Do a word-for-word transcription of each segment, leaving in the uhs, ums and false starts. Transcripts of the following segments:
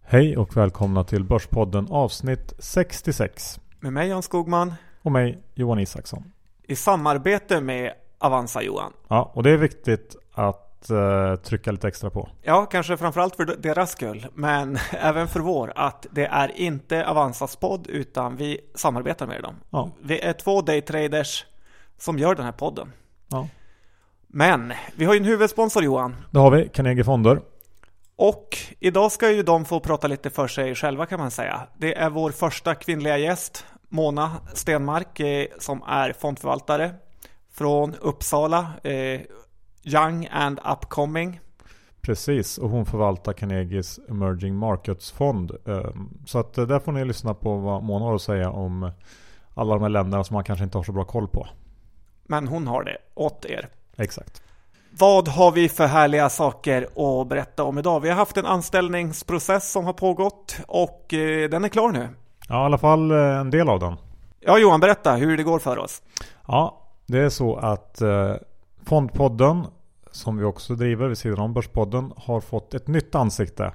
Hej och välkomna till Börspodden avsnitt sextiosex. Med mig Jan Skogman. Och mig Johan Isaksson. I samarbete med Avanza Johan. Ja, och det är viktigt att uh, trycka lite extra på. Ja, kanske framförallt för deras skull. Men även för vår. Att det är inte Avanzas podd utan vi samarbetar med dem. Ja. Vi är två daytraders som gör den här podden. Ja. Men vi har ju en huvudsponsor Johan. Då har vi Carnegie Fonder. Och idag ska ju de få prata lite för sig själva kan man säga. Det är vår första kvinnliga gäst, Mona Stenmark, eh, som är fondförvaltare från Uppsala, eh, Young and Upcoming. Precis, och hon förvaltar Carnegies Emerging Markets-fond. Eh, så att eh, där får ni lyssna på vad Mona har att säga om alla de här länderna som man kanske inte har så bra koll på. Men hon har det åt er. Exakt. Vad har vi för härliga saker att berätta om idag? Vi har haft en anställningsprocess som har pågått och eh, den är klar nu. Ja, i alla fall eh, en del av den. Ja, Johan, berätta hur det går för oss. Ja, det är så att eh, Fondpodden, som vi också driver vid sidan om Börspodden, har fått ett nytt ansikte.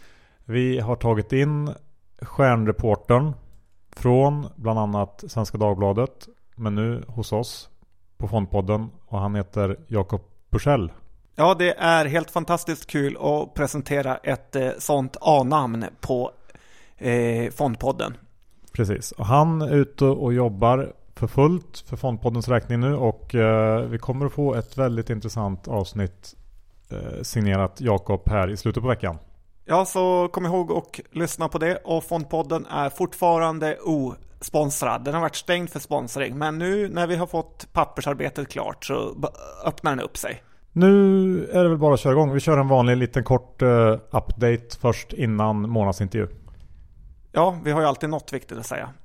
Vi har tagit in stjärnreportern från bland annat Svenska Dagbladet, men nu hos oss på Fondpodden, och han heter Jakob Bursell. Ja, det är helt fantastiskt kul att presentera ett eh, sånt A-namn på eh, Fondpodden. Precis, och han är ute och jobbar för fullt för Fondpoddens räkning nu, och eh, vi kommer att få ett väldigt intressant avsnitt eh, signerat Jakob här i slutet på veckan. Ja, så kom ihåg och lyssna på det, och Fondpodden är fortfarande osponsrad. Den har varit stängd för sponsring, men nu när vi har fått pappersarbetet klart så öppnar den upp sig. Nu är det väl bara att köra igång. Vi kör en vanlig liten kort uh, update först innan månadsintervju. Ja, vi har ju alltid något viktigt att säga.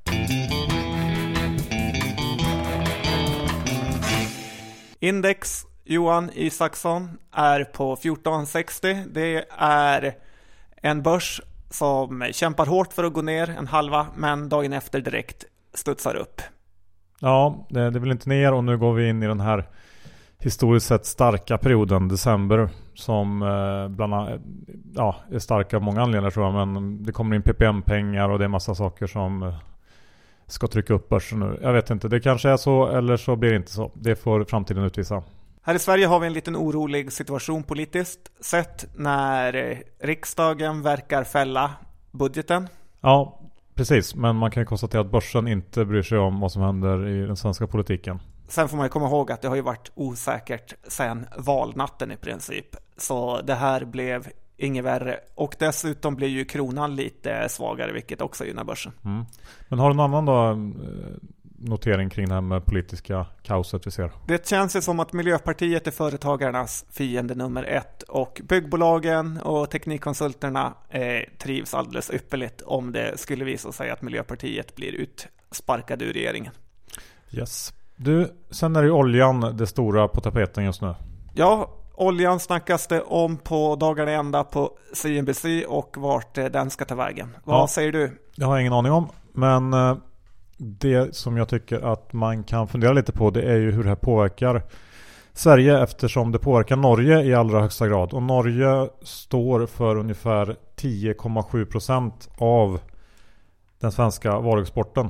Index, Johan Isaksson, är på fjorton sextio. Det är en börs som kämpar hårt för att gå ner en halva, men dagen efter direkt studsar upp. Ja, det, det vill inte ner, och nu går vi in i den här historiskt sett starka perioden, december, som eh, bland annat, ja, är starka av många anledningar tror jag, men det kommer in P P M-pengar och det är massa saker som eh, ska trycka upp börsen nu. Jag vet inte, det kanske är så eller så blir det inte så. Det får framtiden utvisa. Här i Sverige har vi en liten orolig situation politiskt sett när riksdagen verkar fälla budgeten. Ja, precis. Men man kan ju konstatera att börsen inte bryr sig om vad som händer i den svenska politiken. Sen får man ju komma ihåg att det har ju varit osäkert sedan valnatten i princip. Så det här blev inget värre. Och dessutom blir ju kronan lite svagare, vilket också gynnar börsen. Mm. Men har du någon annan då notering kring det här med politiska kaoset vi ser? Det känns ju som att Miljöpartiet är företagarnas fiende nummer ett, och byggbolagen och teknikkonsulterna eh, trivs alldeles ypperligt om det skulle visa sig att Miljöpartiet blir utsparkade ur regeringen. Yes. Du, sen är det ju oljan det stora på tapeten just nu. Ja, oljan snackas det om på dagarna ända på C N B C och vart den ska ta vägen. Vad ja, säger du? Jag har ingen aning om, men eh, det som jag tycker att man kan fundera lite på, det är ju hur det här påverkar Sverige, eftersom det påverkar Norge i allra högsta grad. Och Norge står för ungefär tio komma sju procent av den svenska varuexporten.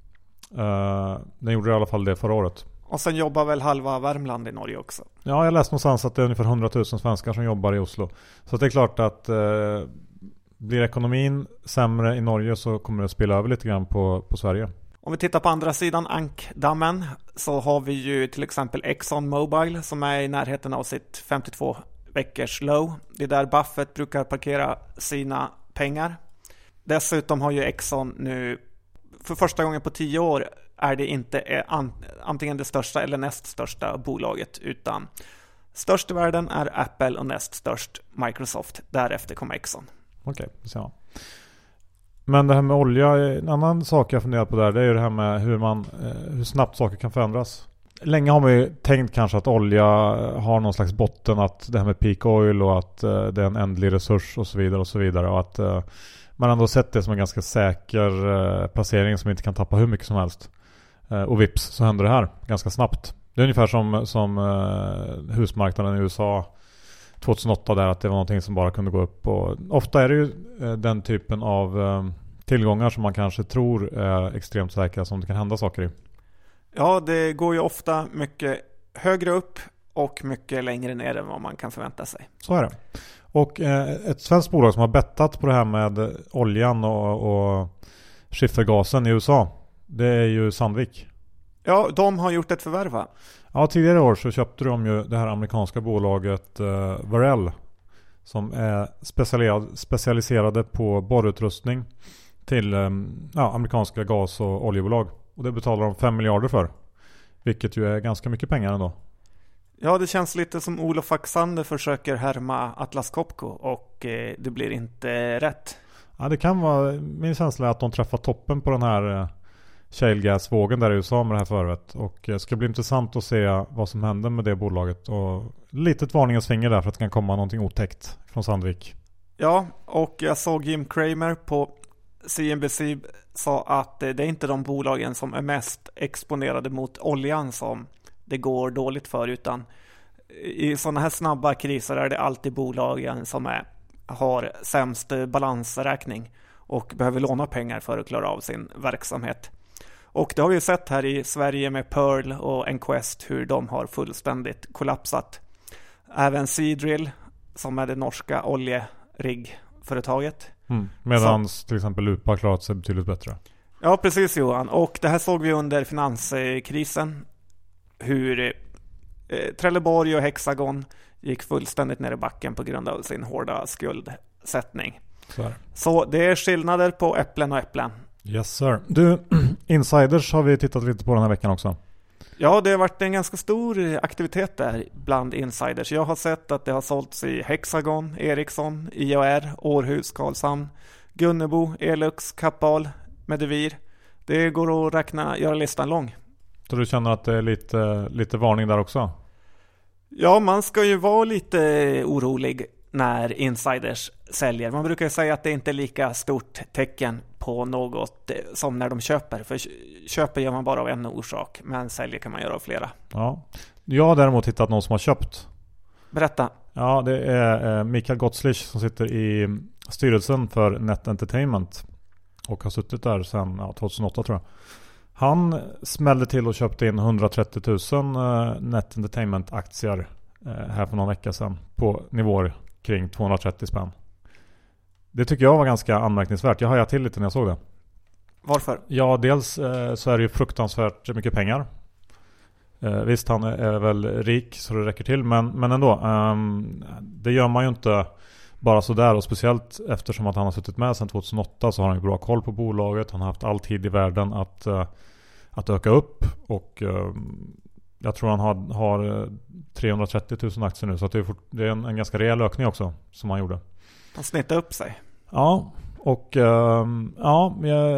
Uh, den gjorde i alla fall det förra året. Och sen jobbar väl halva Värmland i Norge också. Ja, jag läste någonstans att det är ungefär hundratusen svenskar som jobbar i Oslo. Så det är klart att uh, blir ekonomin sämre i Norge så kommer det att spela över lite grann på, på Sverige. Om vi tittar på andra sidan ankdammen så har vi ju till exempel Exxon Mobil som är i närheten av sitt femtiotvå veckors low. Det är där Buffett brukar parkera sina pengar. Dessutom har ju Exxon nu för första gången på tio år är det inte antingen det största eller näst största bolaget, utan störst i världen är Apple och näst störst Microsoft. Därefter kommer Exxon. Okej, det ser man. Men det här med olja, en annan sak jag funderar på där, det är ju det här med hur, man, hur snabbt saker kan förändras. Länge har man ju tänkt kanske att olja har någon slags botten, att det här med peak oil och att det är en ändlig resurs och så vidare och så vidare, och att man ändå sett det som en ganska säker placering som inte kan tappa hur mycket som helst. Och vips så händer det här ganska snabbt. Det är ungefär som, som husmarknaden i U S A tjugohundraåtta där, att det var någonting som bara kunde gå upp. Och ofta är det ju eh, den typen av eh, tillgångar som man kanske tror är extremt säkra, som det kan hända saker i. Ja, det går ju ofta mycket högre upp och mycket längre ner än vad man kan förvänta sig. Så är det. Och eh, ett svenskt bolag som har bettat på det här med oljan och, och skiffergasen i U S A, det är ju Sandvik. Ja, de har gjort ett förvärv, va? Ja, tidigare år så köpte de ju det här amerikanska bolaget eh, Varel, som är specialiserad, specialiserade på borrutrustning till eh, ja, amerikanska gas- och oljebolag. Och det betalar de fem miljarder för, vilket ju är ganska mycket pengar ändå. Ja, det känns lite som Olof Axander försöker härma Atlas Copco och eh, det blir inte rätt. Ja, det kan vara, min känsla är att de träffar toppen på den här eh, shale gas-vågen där i U S A med det här förvärvet. Och det ska bli intressant att se vad som händer med det bolaget. Och litet varningens finger där för att det kan komma någonting otäckt från Sandvik. Ja, och jag såg Jim Cramer på C N B C sa att det är inte de bolagen som är mest exponerade mot oljan som det går dåligt för, utan i sådana här snabba kriser är det alltid bolagen som är, har sämst balansräkning och behöver låna pengar för att klara av sin verksamhet. Och det har vi sett här i Sverige med Pearl och Enquest hur de har fullständigt kollapsat. Även Seadrill, som är det norska oljeriggföretaget. Mm. Medan till exempel Lupa har klarat sig betydligt bättre. Ja, precis Johan. Och det här såg vi under finanskrisen. Hur eh, Trelleborg och Hexagon gick fullständigt ner i backen på grund av sin hårda skuldsättning. Så, är. Så det är skillnader på äpplen och äpplen. Yes sir. Du, insiders har vi tittat lite på den här veckan också. Ja, det har varit en ganska stor aktivitet där bland insiders. Jag har sett att det har sålts i Hexagon, Ericsson, I A R, Århus, Karlshamn, Gunnebo, Elux, Kappahl, Medivir. Det går att räkna, göra listan lång. Så du känner att det är lite, lite varning där också? Ja, man ska ju vara lite orolig när insiders säljer. Man brukar ju säga att det inte är lika stort tecken på något som när de köper. För köper gör man bara av en orsak, men säljer kan man göra av flera. Ja. Jag har däremot hittat någon som har köpt. Berätta. Ja, det är Mikael Gottslich som sitter i styrelsen för Net Entertainment och har suttit där sedan ja, tjugohundraåtta tror jag. Han smällde till och köpte in hundratrettio tusen Net Entertainment-aktier här för någon vecka sedan på nivåer kring tvåhundratrettio spänn. Det tycker jag var ganska anmärkningsvärt. Jag hajade till lite när jag såg det. Varför? Ja, dels eh, så är det ju fruktansvärt mycket pengar. Eh, visst, han är, är väl rik så det räcker till. Men, men ändå, eh, det gör man ju inte bara så där. Och speciellt eftersom att han har suttit med sedan tjugohundraåtta så har han ju bra koll på bolaget. Han har haft all tid i världen att, eh, att öka upp. Och eh, jag tror han har, har trehundratrettio tusen aktier nu. Så att det är, fort, det är en, en ganska rejäl ökning också som han gjorde. Han snittade upp sig. Ja, och uh, ja,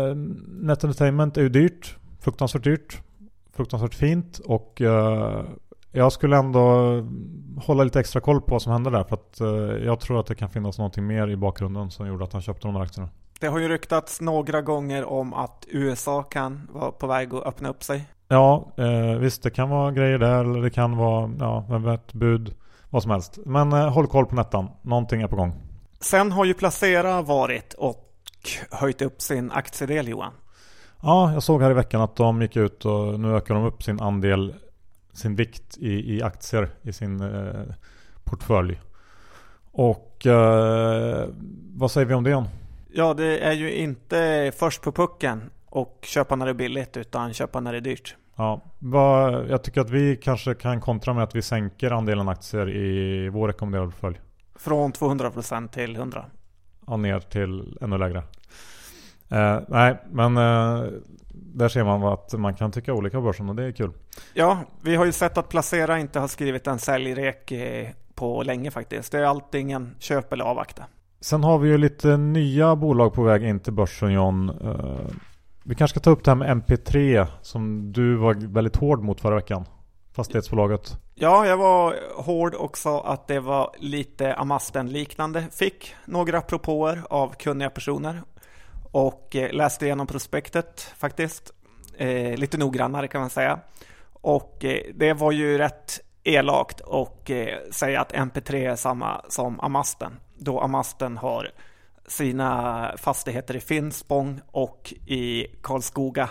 Net Entertainment är ju dyrt, fruktansvärt dyrt, fruktansvärt fint och uh, jag skulle ändå hålla lite extra koll på vad som händer där för att uh, jag tror att det kan finnas någonting mer i bakgrunden som gjorde att han köpte de här aktierna. Det har ju ryktats några gånger om att U S A kan vara på väg att öppna upp sig. Ja, uh, visst det kan vara grejer där eller det kan vara, ja, vem vet, bud, vad som helst. Men uh, håll koll på Nettan, någonting är på gång. Sen har ju Placera varit och höjt upp sin aktiedel, Johan. Ja, jag såg här i veckan att de gick ut och nu ökar de upp sin andel, sin vikt i, i aktier i sin eh, portfölj. Och eh, vad säger vi om det? Ja, det är ju inte först på pucken och köpa när det är billigt utan köpa när det är dyrt. Ja, vad, jag tycker att vi kanske kan kontra med att vi sänker andelen aktier i vår rekommenderade portfölj. Från tvåhundra procent till hundra. Ja, ner till ännu lägre. Eh, nej, men eh, där ser man att man kan tycka olika på börsen och det är kul. Ja, vi har ju sett att Placera inte har skrivit en säljrek på länge faktiskt. Det är alltingen köp eller avvakta. Sen har vi ju lite nya bolag på väg in till börsen, John. Eh, vi kanske ska ta upp det här med M P tre som du var väldigt hård mot förra veckan. Fastighetsbolaget. Ja, jag var hård och sa att det var lite Amasten-liknande. Fick några propåer av kunniga personer och eh, läste igenom prospektet faktiskt. Eh, lite noggrannare kan man säga. Och eh, det var ju rätt elakt och eh, säga att M P tre är samma som Amasten. Då Amasten har sina fastigheter i Finspång och i Karlskoga.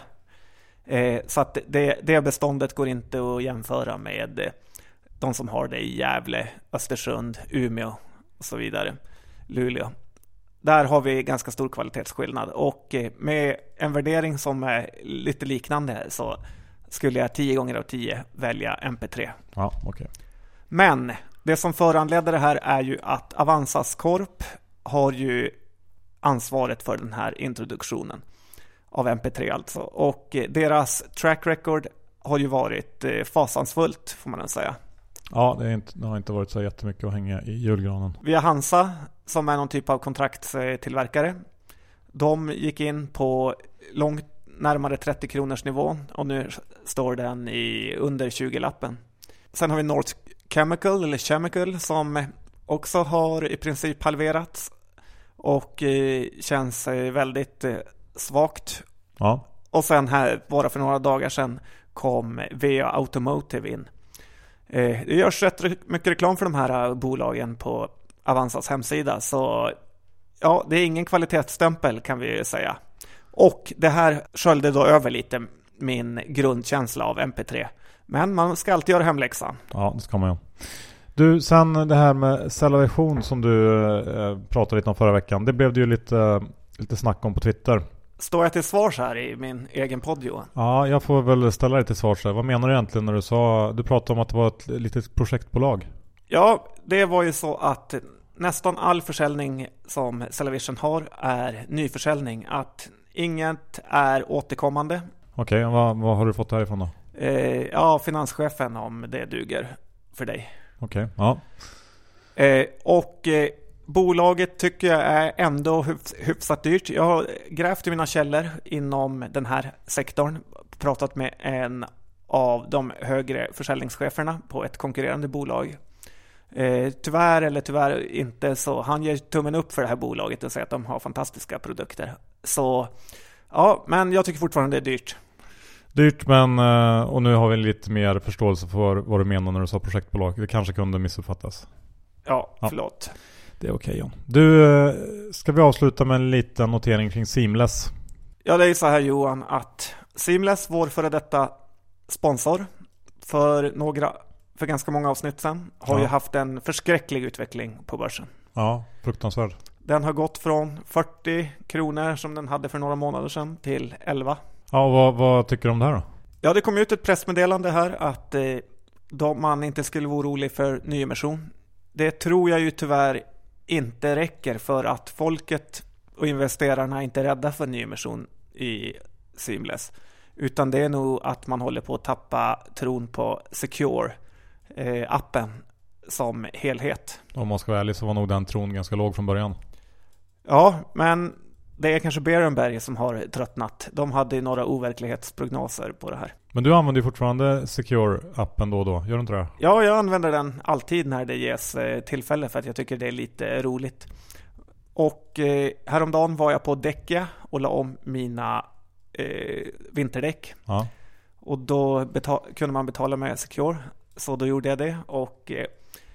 Eh, så att det, det beståndet går inte att jämföra med eh, de som har det i Gävle, Östersund, Umeå och så vidare, Luleå. Där har vi ganska stor kvalitetsskillnad och eh, med en värdering som är lite liknande så skulle jag tio gånger av tio välja M P tre. Ja, okej. Men det som föranledde det här är ju att Avanzas Corp har ju ansvaret för den här introduktionen av M P tre alltså. Och deras track record har ju varit fasansfullt får man säga. Ja, det, är inte, det har inte varit så jättemycket att hänga i julgranen. Vi har Hansa som är någon typ av kontraktstillverkare. De gick in på långt närmare trettio kronors nivå och nu står den i under tjugo-lappen. Sen har vi North Chemical eller Chemical som också har i princip halverats och känns väldigt svagt. Ja. Och sen här bara för några dagar sedan kom V A Automotive in. Det görs rätt mycket reklam för de här bolagen på Avanzas hemsida så ja, det är ingen kvalitetsstämpel kan vi säga. Och det här sköljde då över lite min grundkänsla av M P tre. Men man ska alltid göra hemläxan. Ja, det ska man ju. Du, sen det här med Cellavision som du eh, pratade lite om förra veckan. Det blev det ju lite, lite snack om på Twitter. Står jag till svars här i min egen podd, Johan? Ja, jag får väl ställa dig till svars här. Vad menar du egentligen när du sa, du pratade om att det var ett litet projektbolag? Ja, det var ju så att nästan all försäljning som Cellavision har är nyförsäljning. Att inget är återkommande. Okej, okay, vad, vad har du fått härifrån då? Eh, ja, finanschefen om det duger för dig. Okej, okay, ja. Eh, och eh, bolaget tycker jag är ändå hyfs, hyfsat dyrt. Jag har grävt i mina källor inom den här sektorn. Pratat med en av de högre försäljningscheferna på ett konkurrerande bolag. Eh, tyvärr eller tyvärr inte så han ger tummen upp för det här bolaget och säger att de har fantastiska produkter. Så ja, men jag tycker fortfarande det är dyrt. Dyrt, men och nu har vi lite mer förståelse för vad du menar när du sa projektbolag. Det kanske kunde missuppfattas. Ja, förlåt. Ja, det är okej, John. Du, ska vi avsluta med en liten notering kring Seamless? Ja, det är så här Johan att Seamless, vår före detta sponsor för några för ganska många avsnitt sedan, har ja. ju haft en förskräcklig utveckling på börsen. Ja, fruktansvärd. Den har gått från fyrtio kronor som den hade för några månader sedan till elva. Ja, vad, vad tycker du om det här då? Ja, det kom ut ett pressmeddelande här att eh, de, man inte skulle vara orolig för nyemission. Det tror jag ju tyvärr inte räcker för att folket och investerarna inte är rädda för nyemission i Seamless. Utan det är nog att man håller på att tappa tron på Secure-appen eh, som helhet. Om man ska vara ärlig så var nog den tron ganska låg från början. Ja, men det är kanske Berenberg som har tröttnat. De hade några overklighetsprognoser på det här. Men du använder ju fortfarande Secure-appen då och då, gör du inte det? Ja, jag använder den alltid när det ges tillfälle för att jag tycker det är lite roligt. Och eh, häromdagen var jag på Däckia och la om mina eh, vinterdäck. Ja. Och då betal- kunde man betala med Secure. Så då gjorde jag det. Och eh,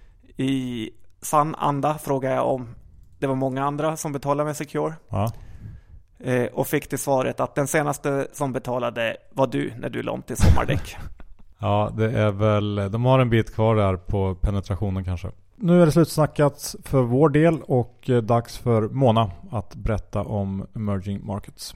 i sann anda frågade jag om det var många andra som betalade med Secure. Ja. Eh, och fick till svaret att den senaste som betalade var du när du la om till sommardäck. Ja, det är väl, de har en bit kvar där på penetrationen kanske. Nu är det slutsnackat för vår del och dags för Mona att berätta om emerging markets.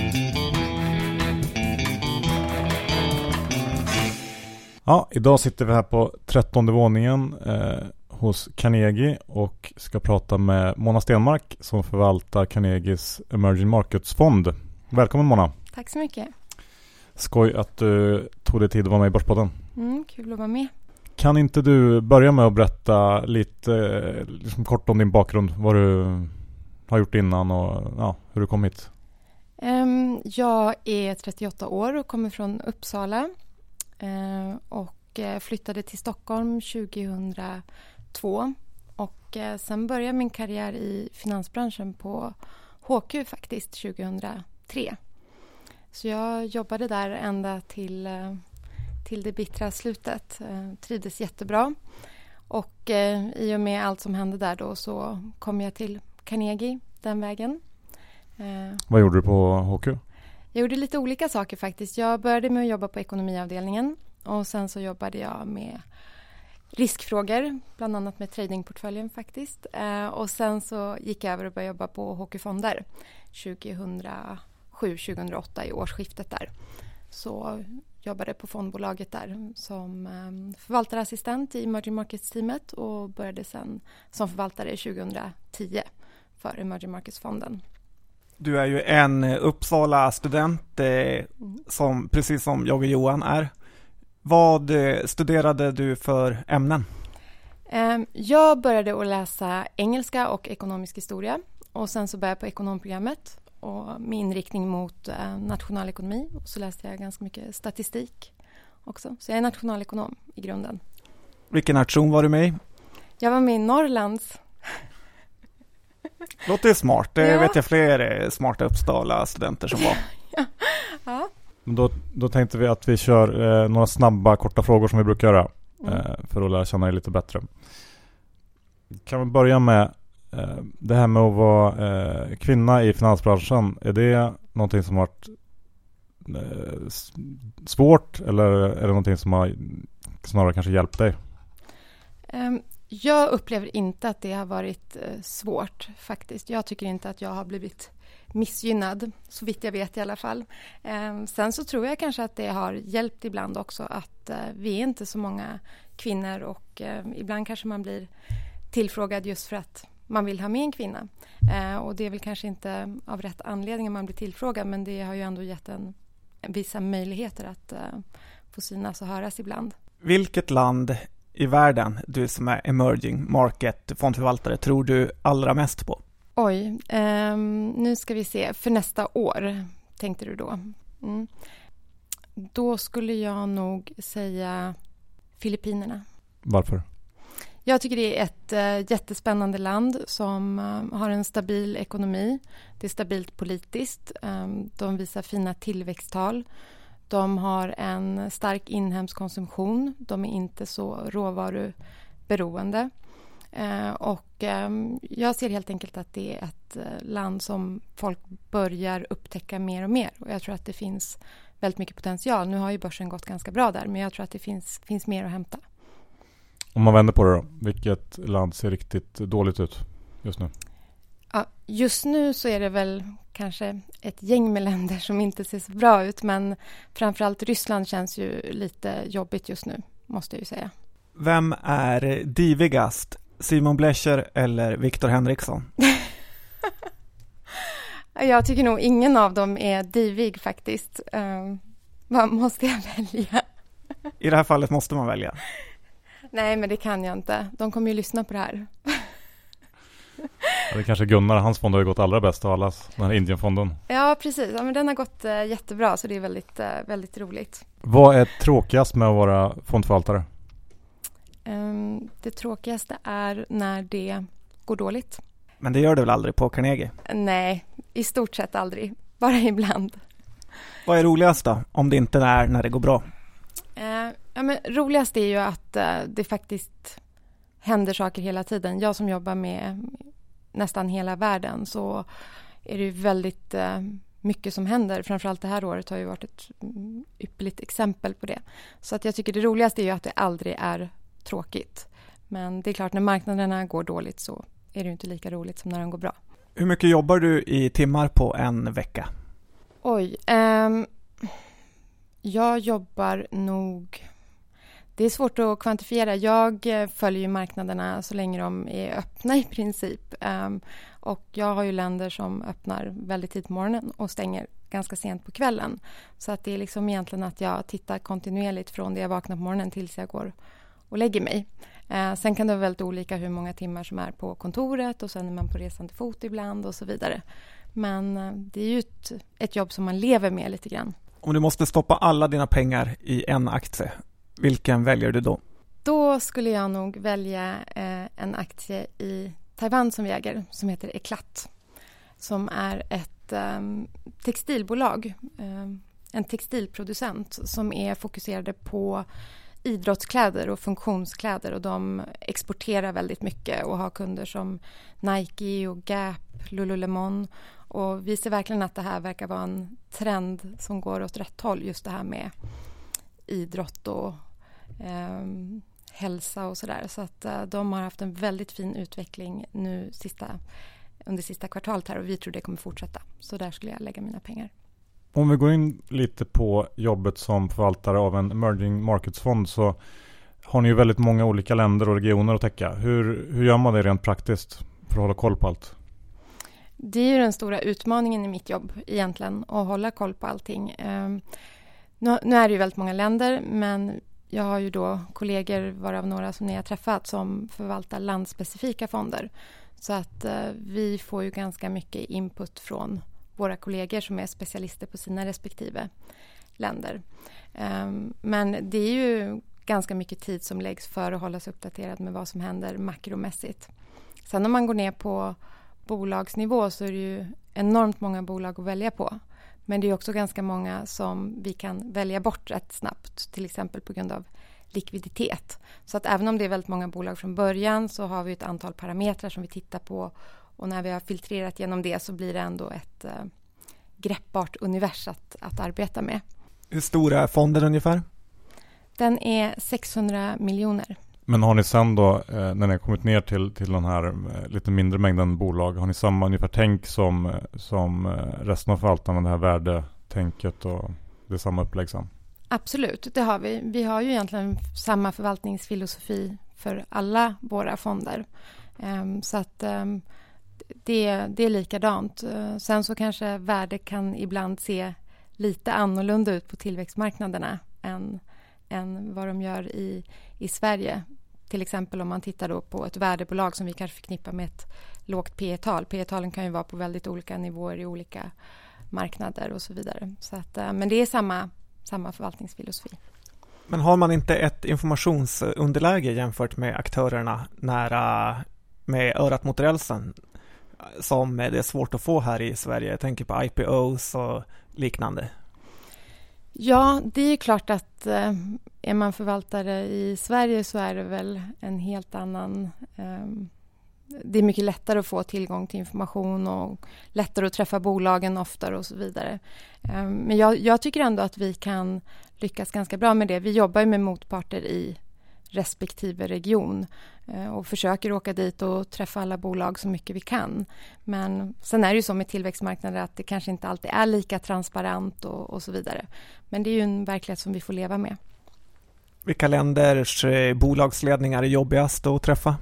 Ja, idag sitter vi här på trettonde våningen eh, hos Carnegie och ska prata med Mona Stenmark som förvaltar Carnegies emerging markets-fond. Välkommen Mona. Tack så mycket. Skoj att du tog dig tid att vara med i Börspodden. Mm, kul att vara med. Kan inte du börja med att berätta lite liksom kort om din bakgrund, vad du har gjort innan och ja, hur du kom hit? Um, jag är trettioåtta år och kommer från Uppsala uh, och flyttade till Stockholm tjugohundratvå och uh, sen började min karriär i finansbranschen på H Q faktiskt tjugohundratre. Så jag jobbade där ända till, uh, till det bittra slutet. Eh, trivdes jättebra. Och eh, i och med allt som hände där då så kom jag till Carnegie den vägen. Eh, Vad gjorde du på H Q? jag gjorde lite olika saker faktiskt. Jag började med att jobba på ekonomiavdelningen och sen så jobbade jag med riskfrågor, bland annat med tradingportföljen faktiskt. Eh, och sen så gick jag över och började jobba på H Q-fonder tjugohundrasju tjugohundraåtta i årsskiftet där. Så jobbade på fondbolaget där som eh, förvaltarassistent i Emerging Markets-teamet och började sen som förvaltare tjugohundratio för Emerging Markets-fonden. Du är ju en Uppsala-student eh, som, precis som jag och Johan är. Vad eh, studerade du för ämnen? Eh, jag började att läsa engelska och ekonomisk historia och sen så började jag på ekonomprogrammet och med inriktning mot eh, nationalekonomi och så läste jag ganska mycket statistik också. Så jag är nationalekonom i grunden. Vilken nation var du med i? Jag var med i Norrlands. Låter ju smart. Det Ja. vet jag fler smarta Uppsala-studenter som var. Ja. Då, då tänkte vi att vi kör eh, några snabba, korta frågor som vi brukar göra Mm. eh, för att lära känna dig lite bättre. Kan vi börja med eh, det här med att vara eh, kvinna i finansbranschen. Är det någonting som har varit eh, s- svårt eller är det någonting som har snarare kanske hjälpt dig? Ehm, Jag upplever inte att det har varit eh, svårt faktiskt. Jag tycker inte att jag har blivit missgynnad, så vitt jag vet i alla fall. Ehm, sen så tror jag kanske att det har hjälpt ibland också att eh, vi är inte så många kvinnor och eh, ibland kanske man blir tillfrågad just för att man vill ha med en kvinna. Eh, och det är väl kanske inte av rätt anledning man blir tillfrågad, men det har ju ändå gett en, vissa möjligheter att eh, få synas och höras ibland. Vilket land i världen, du som är emerging market fondförvaltare, tror du allra mest på? Oj, ehm, nu ska vi se. För nästa år, tänkte du då? Mm. Då skulle jag nog säga Filippinerna. Varför? Jag tycker det är ett äh, jättespännande land som äh, har en stabil ekonomi. Det är stabilt politiskt. Ähm, de visar fina tillväxttal. De har en stark inhemsk konsumtion. De är inte så råvaruberoende. Eh, och eh, jag ser helt enkelt att det är ett eh, land som folk börjar upptäcka mer och mer. Och jag tror att det finns väldigt mycket potential. Nu har ju börsen gått ganska bra där, men jag tror att det finns, finns mer att hämta. Om man vänder på det då, vilket land ser riktigt dåligt ut just nu? Ja, just nu så är det väl kanske ett gäng med länder som inte ser så bra ut, men framförallt Ryssland känns ju lite jobbigt just nu, måste jag ju säga. Vem är divigast? Simon Blecher eller Victor Henriksson? Jag tycker nog ingen av dem är divig faktiskt. Um, vad måste jag välja? I det här fallet måste man välja. Nej, men det kan jag inte. De kommer ju lyssna på det här. Ja, det kanske Gunnar, hans fond har ju gått allra bäst av alla, den här Indienfonden. Ja, precis. Ja, men den har gått uh, jättebra, så det är väldigt, uh, väldigt roligt. Vad är tråkigast med att vara fondförvaltare? Um, det tråkigaste är när det går dåligt. Men det gör det väl aldrig på Carnegie? Nej, i stort sett aldrig. Bara ibland. Vad är roligast då, om det inte är när det går bra? Uh, ja, men roligast är ju att uh, det faktiskt händer saker hela tiden. Jag som jobbar med nästan hela världen, så är det ju väldigt uh, mycket som händer. Framförallt det här året har ju varit ett um, ypperligt exempel på det. Så att jag tycker det roligaste är ju att det aldrig är tråkigt. Men det är klart, när marknaderna går dåligt så är det ju inte lika roligt som när de går bra. Hur mycket jobbar du i timmar på en vecka? Oj, um, jag jobbar nog... Det är svårt att kvantifiera. Jag följer ju marknaderna så länge de är öppna i princip. Um, och jag har ju länder som öppnar väldigt tidigt på morgonen och stänger ganska sent på kvällen. Så att det är liksom egentligen att jag tittar kontinuerligt från det jag vaknar på morgonen tills jag går och lägger mig. Uh, sen kan det vara väldigt olika hur många timmar som är på kontoret och sen är man på resande fot ibland och så vidare. Men uh, det är ju ett, ett jobb som man lever med lite grann. Om du måste stoppa alla dina pengar i en aktie, vilken väljer du då? Då skulle jag nog välja eh, en aktie i Taiwan som vi äger, som heter Eclat. Som är ett eh, textilbolag. Eh, en textilproducent som är fokuserade på idrottskläder och funktionskläder, och de exporterar väldigt mycket och har kunder som Nike och Gap, Lululemon, och vi ser verkligen att det här verkar vara en trend som går åt rätt håll, just det här med idrott och eh, hälsa och sådär. Så att eh, de har haft en väldigt fin utveckling nu sista, under sista kvartalet här, och vi tror det kommer fortsätta. Så där skulle jag lägga mina pengar. Om vi går in lite på jobbet som förvaltare av en emerging markets-fond, så har ni ju väldigt många olika länder och regioner att täcka. Hur, hur gör man det rent praktiskt för att hålla koll på allt? Det är ju den stora utmaningen i mitt jobb egentligen, att hålla koll på allting. Um, nu, nu är det ju väldigt många länder, men jag har ju då kollegor, varav några som ni har träffat, som förvaltar landspecifika fonder. Så att uh, vi får ju ganska mycket input från våra kollegor som är specialister på sina respektive länder. Um, men det är ju ganska mycket tid som läggs för att hålla sig uppdaterad med vad som händer makromässigt. Sen om man går ner på bolagsnivå så är det ju enormt många bolag att välja på. Men det är också ganska många som vi kan välja bort rätt snabbt, till exempel på grund av likviditet. Så att även om det är väldigt många bolag från början, så har vi ett antal parametrar som vi tittar på, och när vi har filtrerat genom det så blir det ändå ett eh, greppbart univers att, att arbeta med. Hur stor är fonden ungefär? Den är sexhundra miljoner. Men har ni sen då, eh, när ni har kommit ner till, till den här eh, lite mindre mängden bolag, har ni samma ungefär tänk som, som eh, resten av förvaltarna, det här värdetänket, och det är samma upplägg sen? Absolut, det har vi. Vi har ju egentligen samma förvaltningsfilosofi för alla våra fonder. Um, så att um, det, det är likadant. Uh, sen så kanske värde kan ibland se lite annorlunda ut på tillväxtmarknaderna än, än vad de gör i, i Sverige. Till exempel om man tittar då på ett värdebolag som vi kanske förknippar med ett lågt P E-tal. P E-talen kan ju vara på väldigt olika nivåer i olika marknader och så vidare. Så att, uh, men det är samma, samma förvaltningsfilosofi. Men har man inte ett informationsunderläge jämfört med aktörerna nära med örat mot rälsen som det är svårt att få här i Sverige? Jag tänker på I P Os och liknande. Ja, det är klart att eh, är man förvaltare i Sverige så är det väl en helt annan... Eh, det är mycket lättare att få tillgång till information och lättare att träffa bolagen oftare och så vidare. Eh, men jag, jag tycker ändå att vi kan lyckas ganska bra med det. Vi jobbar ju med motparter i respektive region och försöker åka dit och träffa alla bolag så mycket vi kan. Men sen är det ju så med tillväxtmarknader att det kanske inte alltid är lika transparent och, och så vidare. Men det är ju en verklighet som vi får leva med. Vilka länders bolagsledningar är jobbigast att träffa?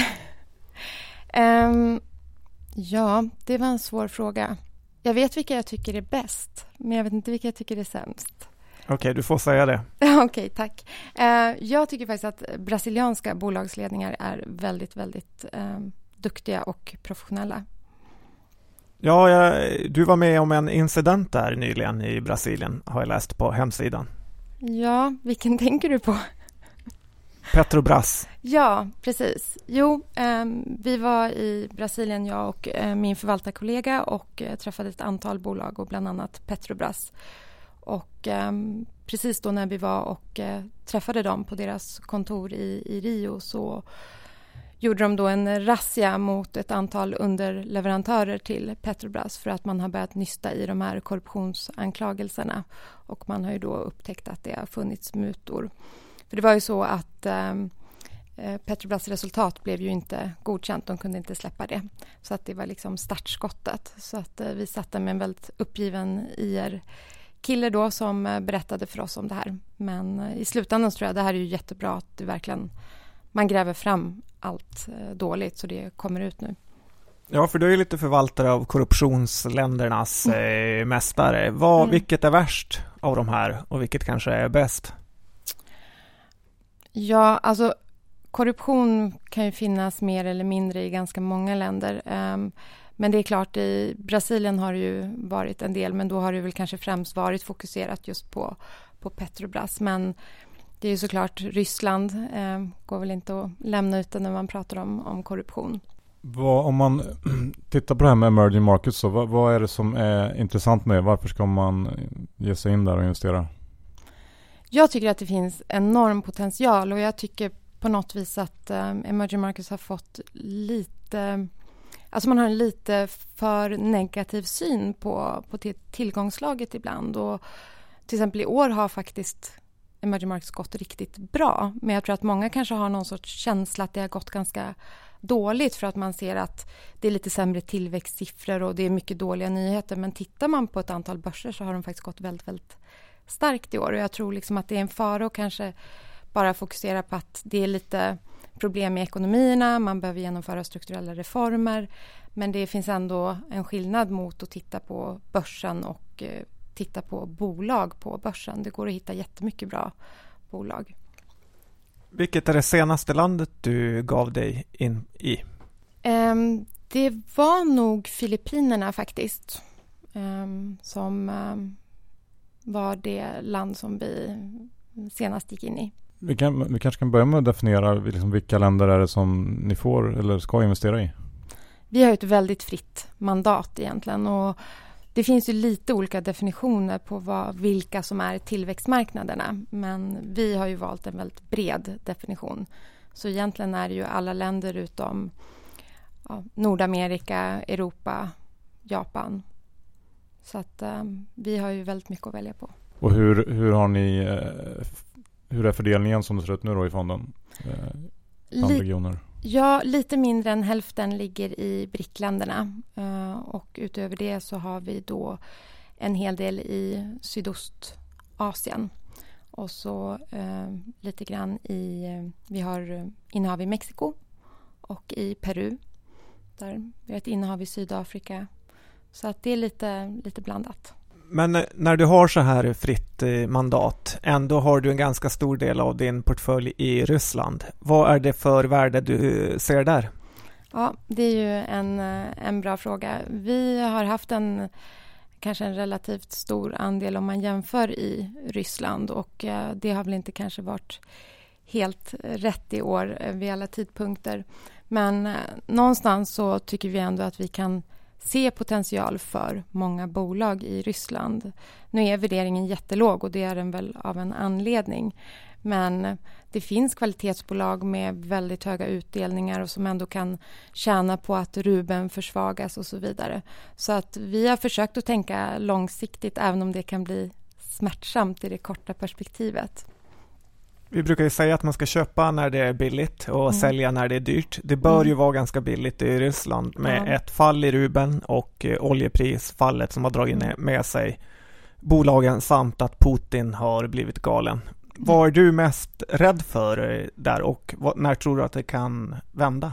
um, ja, det var en svår fråga. Jag vet vilka jag tycker är bäst, men jag vet inte vilka jag tycker är sämst. Okej, okay, du får säga det. Okej, okay, tack. Uh, jag tycker faktiskt att brasilianska bolagsledningar är väldigt, väldigt uh, duktiga och professionella. Ja, jag, du var med om en incident där nyligen i Brasilien, har jag läst på hemsidan. Ja, vilken tänker du på? Petrobras. Ja, precis. Jo, um, vi var i Brasilien, jag och uh, min förvaltarkollega, och uh, träffade ett antal bolag och bland annat Petrobras. Och eh, precis då när vi var och eh, träffade dem på deras kontor i, i Rio, så gjorde de då en razzia mot ett antal underleverantörer till Petrobras för att man har börjat nysta i de här korruptionsanklagelserna. Och man har ju då upptäckt att det har funnits mutor. För det var ju så att eh, Petrobras resultat blev ju inte godkänt. De kunde inte släppa det. Så att det var liksom startskottet. Så att eh, vi satt med en väldigt uppgiven I R kille då som berättade för oss om det här. Men i slutändan tror jag det här är ju jättebra att det verkligen, man gräver fram allt dåligt så det kommer ut nu. Ja, för du är ju lite förvaltare av korruptionsländernas mm. eh, mästare. Vad, mm. Vilket är värst av de här och vilket kanske är bäst? Ja, alltså korruption kan ju finnas mer eller mindre i ganska många länder. Um, Men det är klart, i Brasilien har det ju varit en del, men då har det väl kanske främst varit fokuserat just på, på Petrobras. Men det är ju såklart Ryssland, eh, går väl inte att lämna ut när man pratar om, om korruption. Vad, om man tittar på det här med emerging markets, så vad, vad är det som är intressant med det? Varför ska man ge sig in där och investera? Jag tycker att det finns enorm potential och jag tycker på något vis att um, emerging markets har fått lite, alltså man har en lite för negativ syn på, på tillgångslaget ibland, och till exempel i år har faktiskt emerging markets gått riktigt bra, men jag tror att många kanske har någon sorts känsla att det har gått ganska dåligt för att man ser att det är lite sämre tillväxtsiffror och det är mycket dåliga nyheter, men tittar man på ett antal börser så har de faktiskt gått väldigt, väldigt starkt i år, och jag tror liksom att det är en fara och kanske bara fokusera på att det är lite problem i ekonomierna, man behöver genomföra strukturella reformer, men det finns ändå en skillnad mot att titta på börsen och eh, titta på bolag på börsen. Det går att hitta jättemycket bra bolag. Vilket är det senaste landet du gav dig in i? Um, det var nog Filippinerna faktiskt, um, som um, var det land som vi senast gick in i. Vi, kan, vi kanske kan börja med att definiera liksom vilka länder är det som ni får eller ska investera i? Vi har ett väldigt fritt mandat egentligen, och det finns ju lite olika definitioner på vad, vilka som är tillväxtmarknaderna, men vi har ju valt en väldigt bred definition. Så egentligen är det ju alla länder utom ja, Nordamerika, Europa, Japan. Så att um, vi har ju väldigt mycket att välja på. Och hur, hur har ni eh, hur är fördelningen som det ser ut nu då i fonden? Eh, Li- regioner? Ja, lite mindre än hälften ligger i BRIC-länderna, uh, och utöver det så har vi då en hel del i Sydostasien och så uh, lite grann i, uh, vi har innehav i Mexiko och i Peru, där vi har ett innehav i Sydafrika, så att det är lite, lite blandat. Men när du har så här fritt mandat, ändå har du en ganska stor del av din portfölj i Ryssland. Vad är det för värde du ser där? Ja, det är ju en, en bra fråga. Vi har haft en kanske en relativt stor andel om man jämför i Ryssland, och det har väl inte kanske varit helt rätt i år vid alla tidpunkter. Men någonstans så tycker vi ändå att vi kan se potential för många bolag i Ryssland. Nu är värderingen jättelåg och det är den väl av en anledning. Men det finns kvalitetsbolag med väldigt höga utdelningar och som ändå kan tjäna på att rubeln försvagas och så vidare. Så att vi har försökt att tänka långsiktigt, även om det kan bli smärtsamt i det korta perspektivet. Vi brukar ju säga att man ska köpa när det är billigt och mm. sälja när det är dyrt. Det bör mm. ju vara ganska billigt i Ryssland med ja. ett fall i rubeln och eh, oljeprisfallet som har dragit med sig bolagen, samt att Putin har blivit galen. Mm. Vad är du mest rädd för där, och vad, när tror du att det kan vända?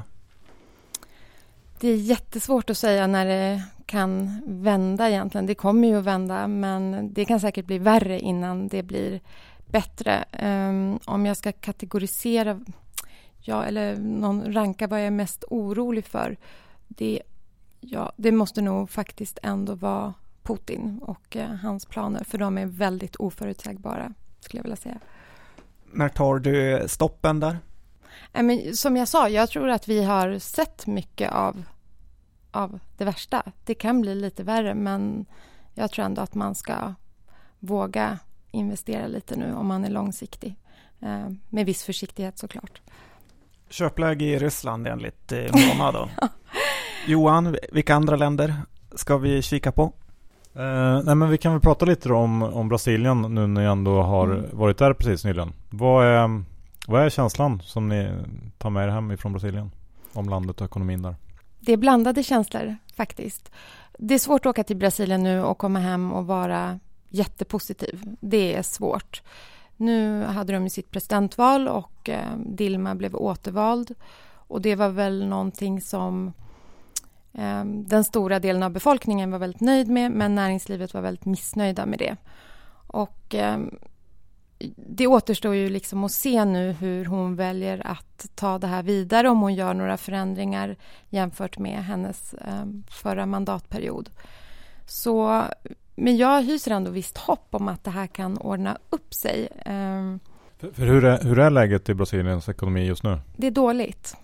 Det är jättesvårt att säga när det kan vända egentligen. Det kommer ju att vända, men det kan säkert bli värre innan det blir bättre. Um, om jag ska kategorisera ja, eller någon ranka vad jag är mest orolig för, det, ja, det måste nog faktiskt ändå vara Putin och uh, hans planer, för de är väldigt oförutsägbara, skulle jag vilja säga. När tar du stoppen där? Äh, men, som jag sa, jag tror att vi har sett mycket av, av det värsta. Det kan bli lite värre, men jag tror ändå att man ska våga investera lite nu om man är långsiktig. Eh, med viss försiktighet såklart. Köpläge i Ryssland enligt eh, Mona då. ja. Johan, vilka andra länder ska vi kika på? Eh, nej men vi kan väl prata lite då om, om Brasilien nu när ni ändå har mm. varit där precis nyligen. Vad är, vad är känslan som ni tar med er hem ifrån Brasilien om landet och ekonomin där? Det är blandade känslor faktiskt. Det är svårt att åka till Brasilien nu och komma hem och vara jättepositiv. Det är svårt. Nu hade de sitt presidentval och eh, Dilma blev återvald, och det var väl någonting som eh, den stora delen av befolkningen var väldigt nöjd med, men näringslivet var väldigt missnöjda med det. Och eh, det återstår ju liksom att se nu hur hon väljer att ta det här vidare, om hon gör några förändringar jämfört med hennes eh, förra mandatperiod. Så men jag hyser ändå visst hopp om att det här kan ordna upp sig. För, för hur, är, hur är läget i Brasiliens ekonomi just nu? Det är dåligt.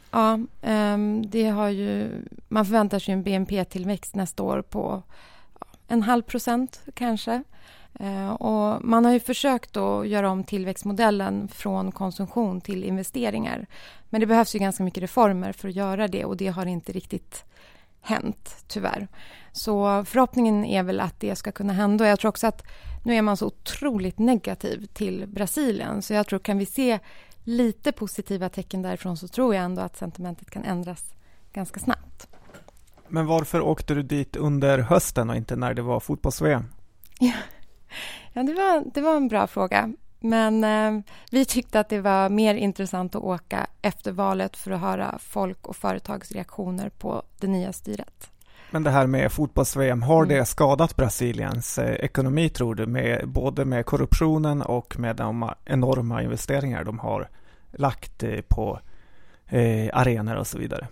Ja, um, det har ju, man förväntar sig en B N P-tillväxt nästa år på en halv procent kanske. Uh, och man har ju försökt att göra om tillväxtmodellen från konsumtion till investeringar. Men det behövs ju ganska mycket reformer för att göra det och det har inte riktigt hänt tyvärr. Så förhoppningen är väl att det ska kunna hända. Och jag tror också att nu är man så otroligt negativ till Brasilien. Så jag tror kan vi se lite positiva tecken därifrån så tror jag ändå att sentimentet kan ändras ganska snabbt. Men varför åkte du dit under hösten och inte när det var fotbolls-V M? Ja, ja det, var, det var en bra fråga. Men eh, vi tyckte att det var mer intressant att åka efter valet för att höra folk och företags reaktioner på det nya styret. Men det här med fotbolls-V M, har Mm. det skadat Brasiliens eh, ekonomi tror du? Med, både med korruptionen och med de enorma investeringar de har lagt eh, på eh, arenor och så vidare?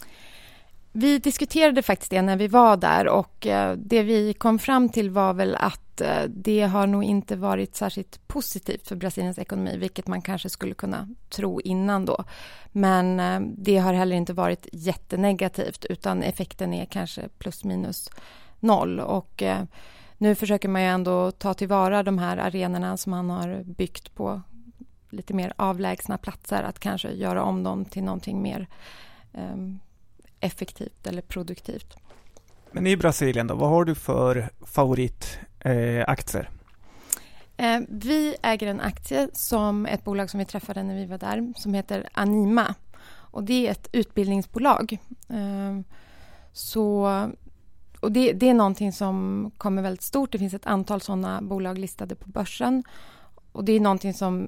Vi diskuterade faktiskt det när vi var där och eh, det vi kom fram till var väl att eh, det har nog inte varit särskilt positivt för Brasiliens ekonomi, vilket man kanske skulle kunna tro innan då. Men eh, det har heller inte varit jättenegativt utan effekten är kanske plus minus noll och eh, nu försöker man ju ändå ta tillvara de här arenorna som man har byggt på lite mer avlägsna platser, att kanske göra om dem till någonting mer eh, effektivt eller produktivt. Men i Brasilien då, vad har du för favoritaktier? Eh, vi äger en aktie som ett bolag som vi träffade när vi var där som heter Anima. Och det är ett utbildningsbolag. Eh, så, och det, det är någonting som kommer väldigt stort. Det finns ett antal sådana bolag listade på börsen. Och det är någonting som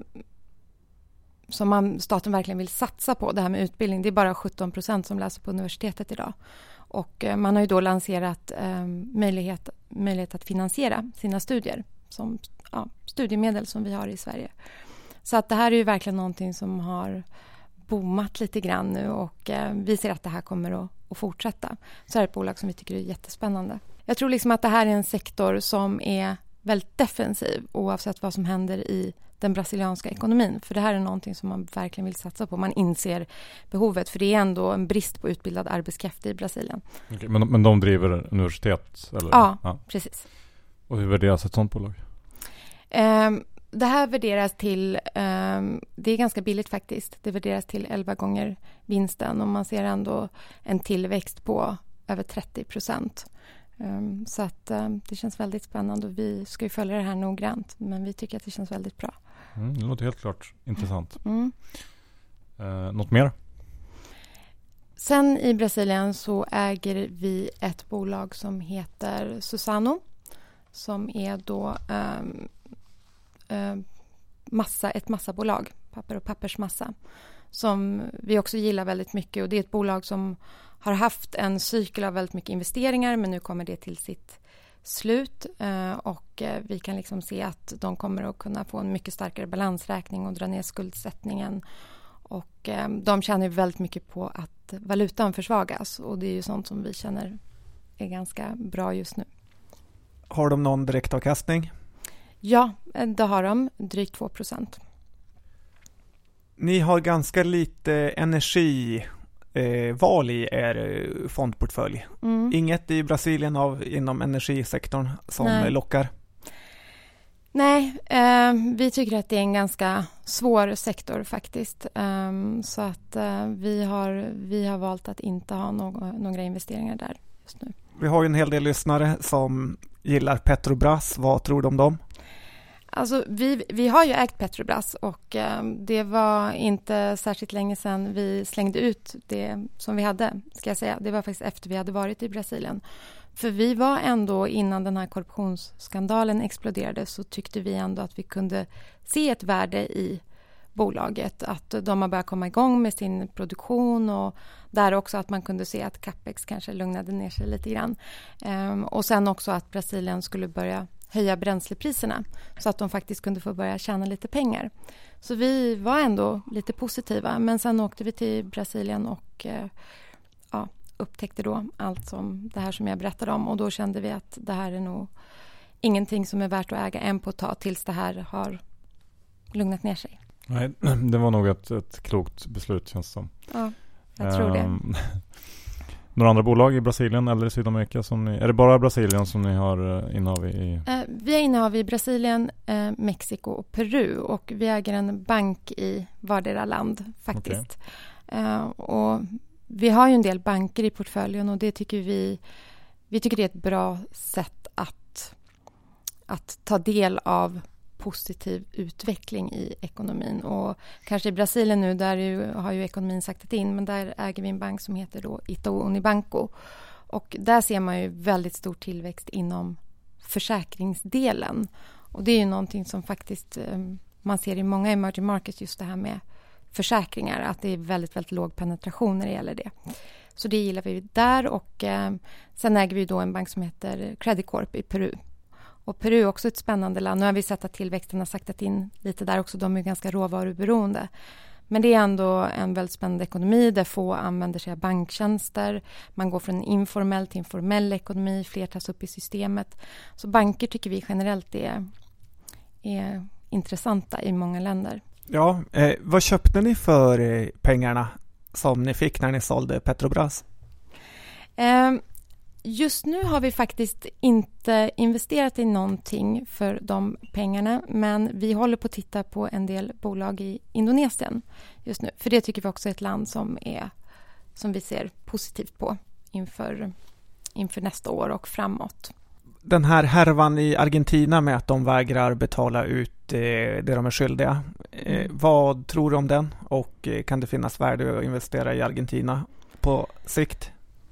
som man, staten verkligen vill satsa på, det här med utbildning. Det är bara sjutton procent som läser på universitetet idag. Och eh, man har ju då lanserat eh, möjlighet, möjlighet att finansiera sina studier som ja, studiemedel som vi har i Sverige. Så att det här är ju verkligen någonting som har boomat lite grann nu och eh, vi ser att det här kommer att, att fortsätta. Så är det ett bolag som vi tycker är jättespännande. Jag tror liksom att det här är en sektor som är väldigt defensiv oavsett vad som händer i den brasilianska ekonomin. För det här är någonting som man verkligen vill satsa på. Man inser behovet, för det är ändå en brist på utbildad arbetskraft i Brasilien. Okay, men, men de driver universitet? Eller? Ja, ja, precis. Och hur värderas ett sådant bolag? Um, det här värderas till, um, det är ganska billigt faktiskt. Det värderas till elva gånger vinsten och man ser ändå en tillväxt på över trettio procent. Um, så att um, det känns väldigt spännande och vi ska ju följa det här noggrant, men vi tycker att det känns väldigt bra. Mm, det låter helt klart intressant. Mm. Uh, något mer? Sen i Brasilien så äger vi ett bolag som heter Suzano som är då um, um, massa, ett massabolag, papper och pappersmassa som vi också gillar väldigt mycket och det är ett bolag som har haft en cykel av väldigt mycket investeringar men nu kommer det till sitt slut eh, och eh, vi kan liksom se att de kommer att kunna få en mycket starkare balansräkning och dra ner skuldsättningen och eh, de tjänar väldigt mycket på att valutan försvagas och det är ju sånt som vi känner är ganska bra just nu. Har de någon direktavkastning? Ja, det har de, drygt två procent. Ni har ganska lite energi Eh, val i er fondportfölj. Mm. Inget i Brasilien av, inom energisektorn som Nej. lockar? Nej, eh, vi tycker att det är en ganska svår sektor faktiskt. Eh, så att eh, vi, har, vi har valt att inte ha några, några investeringar där just nu. Vi har ju en hel del lyssnare som gillar Petrobras. Vad tror du om dem? Alltså, vi, vi har ju ägt Petrobras och eh, det var inte särskilt länge sedan vi slängde ut det som vi hade, ska jag säga. Det var faktiskt efter vi hade varit i Brasilien. För vi var ändå, innan den här korruptionsskandalen exploderade, så tyckte vi ändå att vi kunde se ett värde i bolaget. Att de har börjat komma igång med sin produktion och där också att man kunde se att Capex kanske lugnade ner sig lite grann. Eh, och sen också att Brasilien skulle börja höja bränslepriserna så att de faktiskt kunde få börja tjäna lite pengar. Så vi var ändå lite positiva, men sen åkte vi till Brasilien och eh, ja, upptäckte då allt som det här som jag berättade om och då kände vi att det här är nog ingenting som är värt att äga än på ett tag tills det här har lugnat ner sig. Nej, det var nog ett, ett klokt beslut känns som. Ja. jag tror det. Um, några andra bolag i Brasilien eller i Sydamerika? Som ni, är det bara Brasilien som ni har uh, innehav i? Uh, vi har innehav i Brasilien, uh, Mexiko och Peru. Och vi äger en bank i vardera land faktiskt. Okay. Uh, och vi har ju en del banker i portföljen och det tycker vi, vi tycker det är ett bra sätt att, att ta del av positiv utveckling i ekonomin. Och kanske i Brasilien nu, där ju, har ju ekonomin saktat in, men där äger vi en bank som heter då Itaú Unibanco. Och där ser man ju väldigt stor tillväxt inom försäkringsdelen. Och det är ju någonting som faktiskt eh, man ser i många emerging markets, just det här med försäkringar, att det är väldigt, väldigt låg penetration när det gäller det. Så det gillar vi där, och eh, sen äger vi då en bank som heter Credit Corp i Peru. Och Peru är också ett spännande land. Nu har vi sett att tillväxten har saktat in lite där också. De är ganska råvaruberoende. Men det är ändå en väldigt spännande ekonomi där få använder sig av banktjänster. Man går från informell till informell ekonomi. Fler tas upp i systemet. Så banker tycker vi generellt är, är intressanta i många länder. Ja, eh, vad köpte ni för eh, pengarna som ni fick när ni sålde Petrobras? Eh, Just nu har vi faktiskt inte investerat i någonting för de pengarna, men vi håller på att titta på en del bolag i Indonesien just nu. För det tycker vi också är ett land som, är, som vi ser positivt på inför, inför nästa år och framåt. Den här härvan i Argentina med att de vägrar betala ut eh, det de är skyldiga. Eh, mm. Vad tror du om den? Och eh, kan det finnas värde att investera i Argentina på sikt?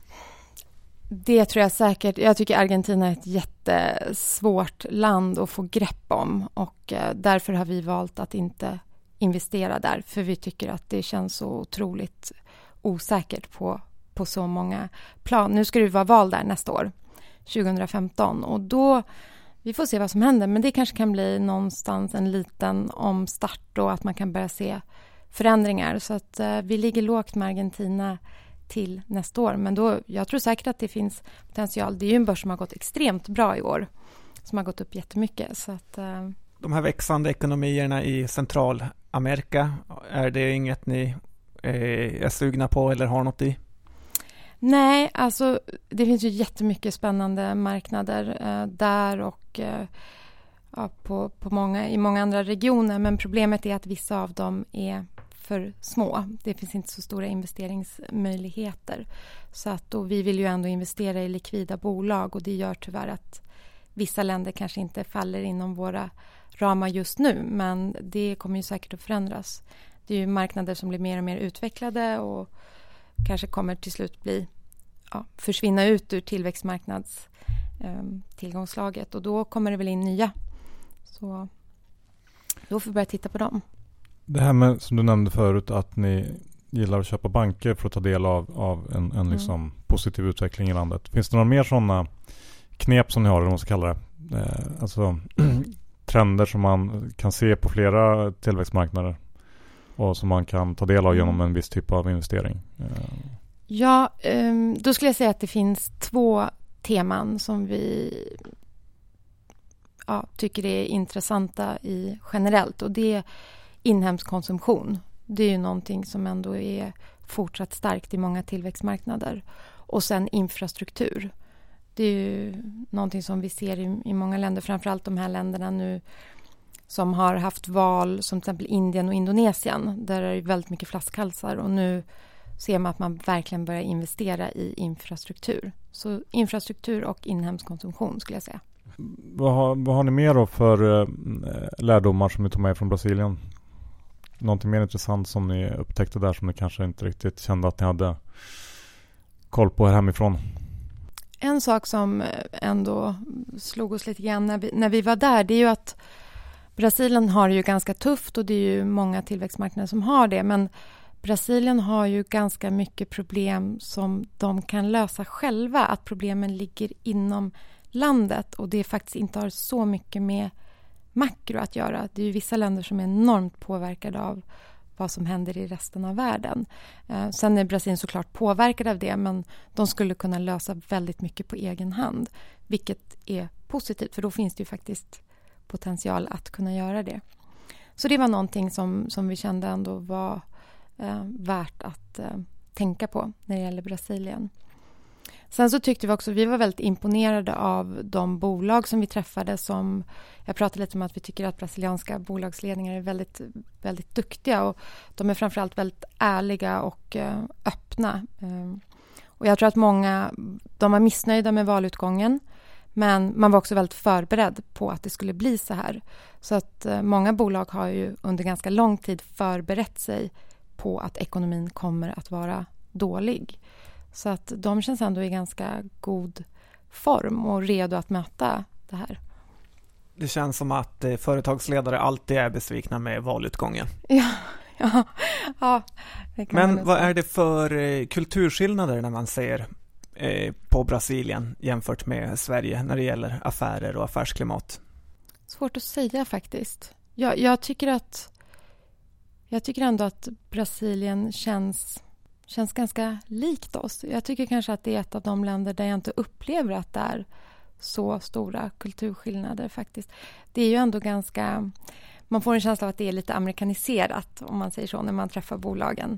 Det tror jag säkert. Jag tycker Argentina är ett jättesvårt land att få grepp om, och därför har vi valt att inte investera där, för vi tycker att det känns så otroligt osäkert på, på så många plan. Nu ska det vara val där nästa år, tjugohundrafemton, och då vi får se vad som händer, men det kanske kan bli någonstans en liten omstart och att man kan börja se förändringar, så att uh, vi ligger lågt med Argentina till nästa år. Men då, jag tror säkert att det finns potential. Det är ju en börs som har gått extremt bra i år. Som har gått upp jättemycket. Så att, uh... De här växande ekonomierna i Centralamerika, är det inget ni eh, är sugna på eller har något i? Nej, alltså det finns ju jättemycket spännande marknader eh, där och eh, ja, på, på många, i många andra regioner. Men problemet är att vissa av dem är för små. Det finns inte så stora investeringsmöjligheter. Så att då, vi vill ju ändå investera i likvida bolag, och det gör tyvärr att vissa länder kanske inte faller inom våra ramar just nu, men det kommer ju säkert att förändras. Det är ju marknader som blir mer och mer utvecklade och kanske kommer till slut bli ja, försvinna ut ur tillväxtmarknads eh, tillgångslaget, och då kommer det väl in nya. Så då får vi börja titta på dem. Det här med, som du nämnde förut, att ni gillar att köpa banker för att ta del av, av en, en liksom mm. positiv utveckling i landet. Finns det några mer sådana knep som ni har, eller vad man ska kalla det? Eh, alltså trender som man kan se på flera tillväxtmarknader och som man kan ta del av genom en viss typ av investering? Eh. Ja, um, då skulle jag säga att det finns två teman som vi ja, tycker är intressanta i generellt, och det är inhemsk konsumtion. Det är ju någonting som ändå är fortsatt starkt i många tillväxtmarknader. Och sen infrastruktur. Det är ju någonting som vi ser i, i många länder, framförallt de här länderna nu som har haft val, som till exempel Indien och Indonesien. Där är det väldigt mycket flaskhalsar, och nu ser man att man verkligen börjar investera i infrastruktur. Så infrastruktur och inhemsk konsumtion skulle jag säga. Vad har, vad har ni mer då för eh, lärdomar som ni tog med från Brasilien? Någonting mer intressant som ni upptäckte där som ni kanske inte riktigt kände att ni hade koll på här hemifrån? En sak som ändå slog oss lite grann när vi, när vi var där, det är ju att Brasilien har det ju ganska tufft, och det är ju många tillväxtmarknader som har det, men Brasilien har ju ganska mycket problem som de kan lösa själva, att problemen ligger inom landet, och det faktiskt inte har så mycket med makro att göra. Det är ju vissa länder som är enormt påverkade av vad som händer i resten av världen. Eh, sen är Brasilien såklart påverkad av det, men de skulle kunna lösa väldigt mycket på egen hand, vilket är positivt, för då finns det ju faktiskt potential att kunna göra det. Så det var någonting som, som vi kände ändå var eh, värt att eh, tänka på när det gäller Brasilien. Sen så tyckte vi också, vi var väldigt imponerade av de bolag som vi träffade som, jag pratade lite om att vi tycker att brasilianska bolagsledningar är väldigt, väldigt duktiga och de är framförallt väldigt ärliga och uh, öppna. Um, och jag tror att många, de var missnöjda med valutgången, men man var också väldigt förberedd på att det skulle bli så här. Så att uh, många bolag har ju under ganska lång tid förberett sig på att ekonomin kommer att vara dålig. Så att de känns ändå i ganska god form och redo att möta det här. Det känns som att eh, företagsledare alltid är besvikna med valutgången. Ja, ja, ja. Men vad är det för eh, kulturskillnader när man ser eh, på Brasilien jämfört med Sverige när det gäller affärer och affärsklimat? Svårt att säga faktiskt. Jag, jag tycker att jag tycker ändå att Brasilien känns känns ganska likt oss. Jag tycker kanske att det är ett av de länder där jag inte upplever att det är så stora kulturskillnader faktiskt. Det är ju ändå ganska, man får en känsla av att det är lite amerikaniserat om man säger så när man träffar bolagen.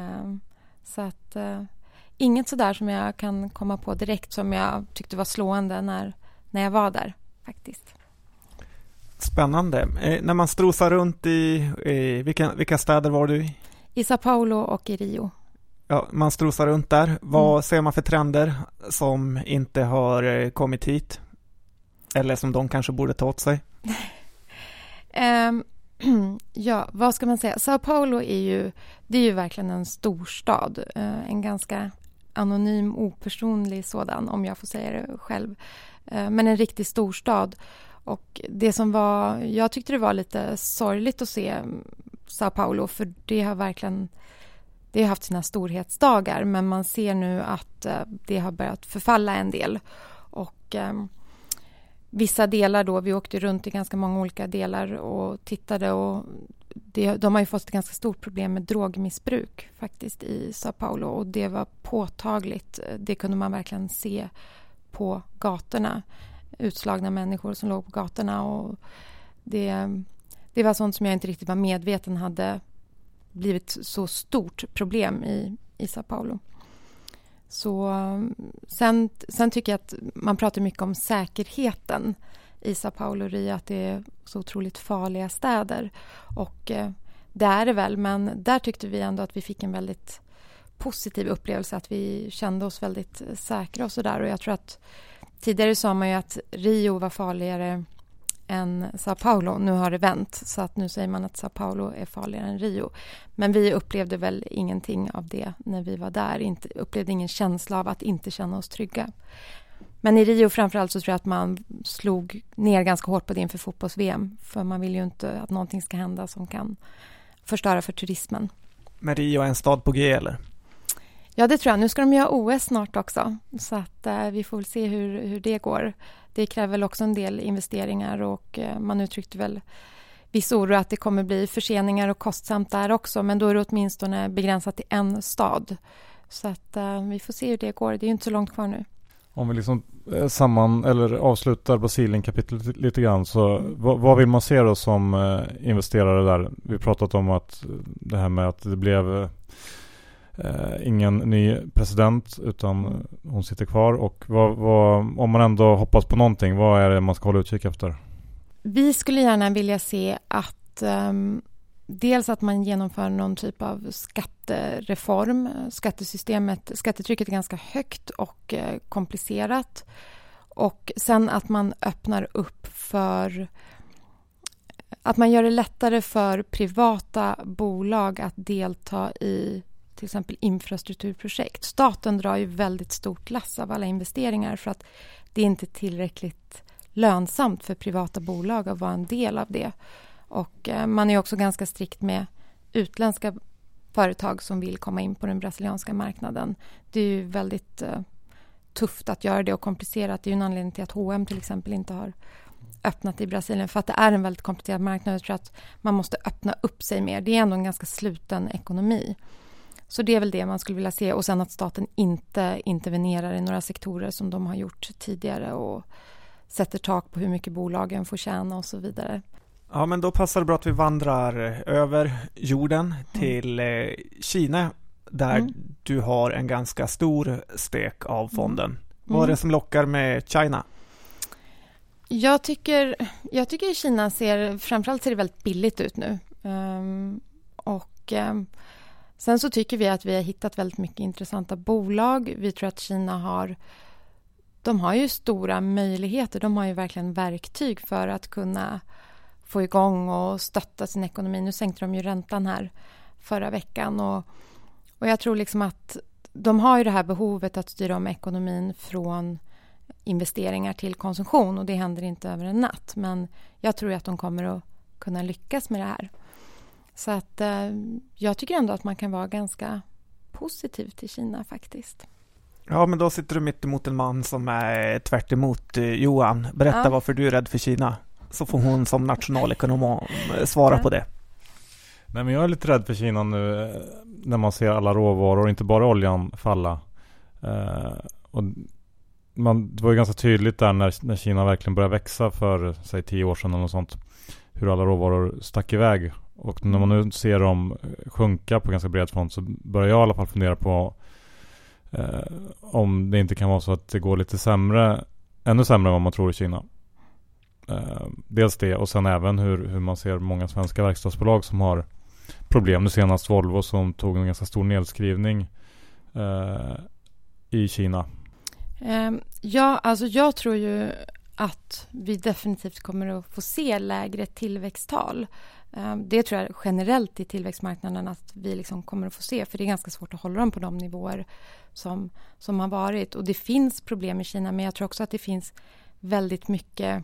Så att inget sådär som jag kan komma på direkt som jag tyckte var slående när, när jag var där faktiskt. Spännande. Eh, när man strosar runt i, i vilka, vilka städer var du i? I Sao Paulo och i Rio. Ja, man strosar runt där. Vad mm. ser man för trender som inte har eh, kommit hit? Eller som de kanske borde ta åt sig? um, ja, vad ska man säga? Sao Paulo är ju, det är ju verkligen en storstad. Uh, en ganska anonym, opersonlig sådan, om jag får säga det själv. Uh, men en riktig storstad. Och det som var, jag tyckte det var lite sorgligt att se Sao Paulo, för det har verkligen, det har haft sina storhetsdagar, men man ser nu att eh, det har börjat förfalla en del. Och eh, vissa delar då, vi åkte runt i ganska många olika delar och tittade, och det, de har ju fått ett ganska stort problem med drogmissbruk faktiskt i Sao Paulo, och det var påtagligt, det kunde man verkligen se på gatorna. Utslagna människor som låg på gatorna, och det, det var sånt som jag inte riktigt var medveten hade blivit så stort problem i, i Sao Paulo. Så sen, sen tycker jag att man pratar mycket om säkerheten i Sao Paulo och Rio, att det är så otroligt farliga städer, och eh, det är det väl, men där tyckte vi ändå att vi fick en väldigt positiv upplevelse, att vi kände oss väldigt säkra och sådär, och jag tror att tidigare sa man ju att Rio var farligare än Sao Paulo. Nu har det vänt, så att nu säger man att Sao Paulo är farligare än Rio. Men vi upplevde väl ingenting av det när vi var där. Inte, upplevde ingen känsla av att inte känna oss trygga. Men i Rio framförallt så tror jag att man slog ner ganska hårt på det inför fotbolls-V M. För man vill ju inte att någonting ska hända som kan förstöra för turismen. Men Rio är en stad på G, eller? Ja, det tror jag. Nu ska de göra O S snart också. Så att eh, vi får väl se hur, hur det går. Det kräver väl också en del investeringar, och eh, man uttryckte väl viss oro att det kommer bli förseningar och kostsamt där också. Men då är det åtminstone begränsat till en stad. Så att eh, vi får se hur det går. Det är ju inte så långt kvar nu. Om vi liksom eh, samman eller avslutar Brasilien-kapitlet lite grann, så vad, vad vill man se då som eh, investerare där? Vi pratat om att det här med att det blev eh, Uh, ingen ny president, utan hon sitter kvar, och vad, vad, om man ändå hoppas på någonting, vad är det man ska hålla utkik efter? Vi skulle gärna vilja se att um, dels att man genomför någon typ av skattereform. Skattesystemet, skattetrycket är ganska högt och uh, komplicerat, och sen att man öppnar upp för att man gör det lättare för privata bolag att delta i till exempel infrastrukturprojekt. Staten drar ju väldigt stort lass av alla investeringar, för att det är inte tillräckligt lönsamt för privata bolag att vara en del av det. Och eh, man är också ganska strikt med utländska företag som vill komma in på den brasilianska marknaden. Det är ju väldigt eh, tufft att göra det, och komplicerat. Det är ju en anledning till att H och M till exempel inte har öppnat i Brasilien, för att det är en väldigt komplicerad marknad. Jag tror att man måste öppna upp sig mer. Det är ändå en ganska sluten ekonomi. Så det är väl det man skulle vilja se, och sen att staten inte intervenerar i några sektorer som de har gjort tidigare och sätter tak på hur mycket bolagen får tjäna och så vidare. Ja, men då passar det bra att vi vandrar över jorden till eh, Kina. där Mm. du har en ganska stor stek av fonden. Mm. Vad är det som lockar med Kina? Jag tycker, jag tycker Kina ser, framförallt ser det väldigt billigt ut nu. Um, och um, sen så tycker vi att vi har hittat väldigt mycket intressanta bolag. Vi tror att Kina har, de har ju stora möjligheter. De har ju verkligen verktyg för att kunna få igång och stötta sin ekonomi. Nu sänkte de ju räntan här förra veckan. Och, och jag tror liksom att de har ju det här behovet att styra om ekonomin från investeringar till konsumtion, och det händer inte över en natt. Men jag tror att de kommer att kunna lyckas med det här. Så att eh, jag tycker ändå att man kan vara ganska positiv till Kina faktiskt. Ja, men då sitter du mitt emot en man som är tvärt emot eh, Johan. Berätta Ja. varför du är rädd för Kina. Så får hon som nationalekonom svara Ja. på det. Nej, men jag är lite rädd för Kina nu eh, när man ser alla råvaror, inte bara oljan, falla. Eh, och man, det var ju ganska tydligt där när, när Kina verkligen började växa för säg tio år sedan eller något sånt, hur alla råvaror stack iväg. Och när man nu ser dem sjunka på ganska bred front så börjar jag i alla fall fundera på eh, om det inte kan vara så att det går lite sämre, ännu sämre än vad man tror i Kina. Eh, dels det, och sen även hur, hur man ser många svenska verkstadsbolag som har problem. Nu senast Volvo som tog en ganska stor nedskrivning eh, i Kina. Um, ja, alltså jag tror ju att vi definitivt kommer att få se lägre tillväxttal. Um, det tror jag generellt i tillväxtmarknaden att vi liksom kommer att få se, för det är ganska svårt att hålla dem på de nivåer som, som har varit. Och det finns problem i Kina, men jag tror också att det finns väldigt mycket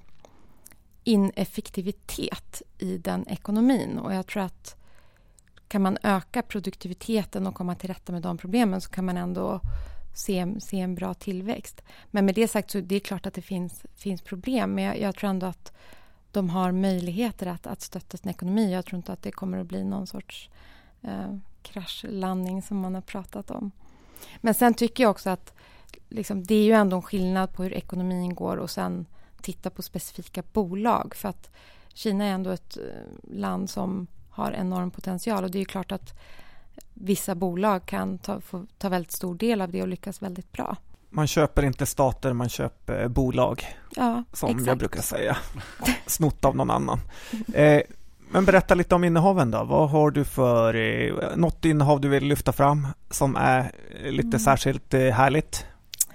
ineffektivitet i den ekonomin, och jag tror att kan man öka produktiviteten och komma till rätta med de problemen så kan man ändå se, se en bra tillväxt. Men med det sagt så det är klart att det finns, finns problem, men jag, jag tror ändå att de har möjligheter att, att stötta sin ekonomi. Jag tror inte att det kommer att bli någon sorts eh, kraschlandning som man har pratat om. Men sen tycker jag också att liksom, det är ju ändå en skillnad på hur ekonomin går och sen titta på specifika bolag. För att Kina är ändå ett land som har enorm potential, och det är ju klart att vissa bolag kan ta, få, ta väldigt stor del av det och lyckas väldigt bra. Man köper inte stater, man köper bolag. Ja, som exakt. Jag brukar säga. Snott av någon annan. Eh, men berätta lite om innehaven då. Vad har du för eh, något innehav du vill lyfta fram som är lite mm. särskilt eh, härligt?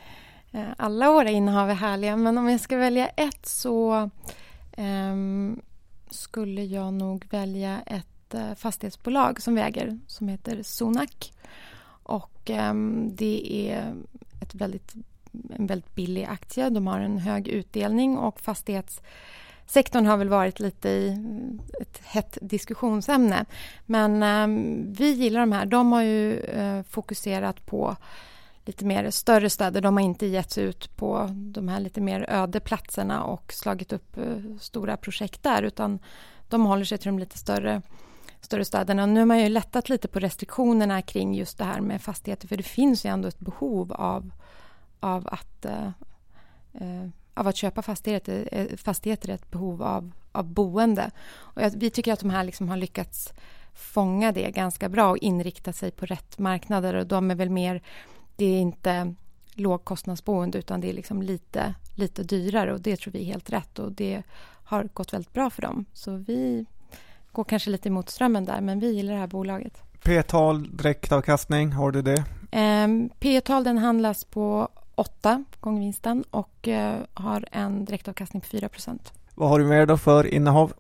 Alla våra innehav är härliga, men om jag ska välja ett så eh, skulle jag nog välja ett eh, fastighetsbolag som vi äger som heter Sonac. Och eh, det är ett väldigt, en väldigt billig aktie. De har en hög utdelning, och fastighetssektorn har väl varit lite i ett hett diskussionsämne. Men eh, vi gillar de här. De har ju eh, fokuserat på lite mer större städer. De har inte gett sig ut på de här lite mer öde platserna och slagit upp uh, stora projekt där, utan de håller sig till de lite större, större städerna. Nu har man ju lättat lite på restriktionerna kring just det här med fastigheter, för det finns ju ändå ett behov av, av, att, uh, uh, av att köpa fastigheter. Fastigheter är ett behov av, av boende. Och jag, vi tycker att de här liksom har lyckats fånga det ganska bra och inrikta sig på rätt marknader, och de är väl mer, det är inte lågkostnadsboende utan det är liksom lite, lite dyrare, och det tror vi är helt rätt, och det har gått väldigt bra för dem. Så vi går kanske lite emot strömmen där, men vi gillar det här bolaget. P-tal, direktavkastning, har du det? Um, P-tal den handlas på åtta gånger vinsten och uh, har en direktavkastning på fyra procent. Vad har du mer då för innehav?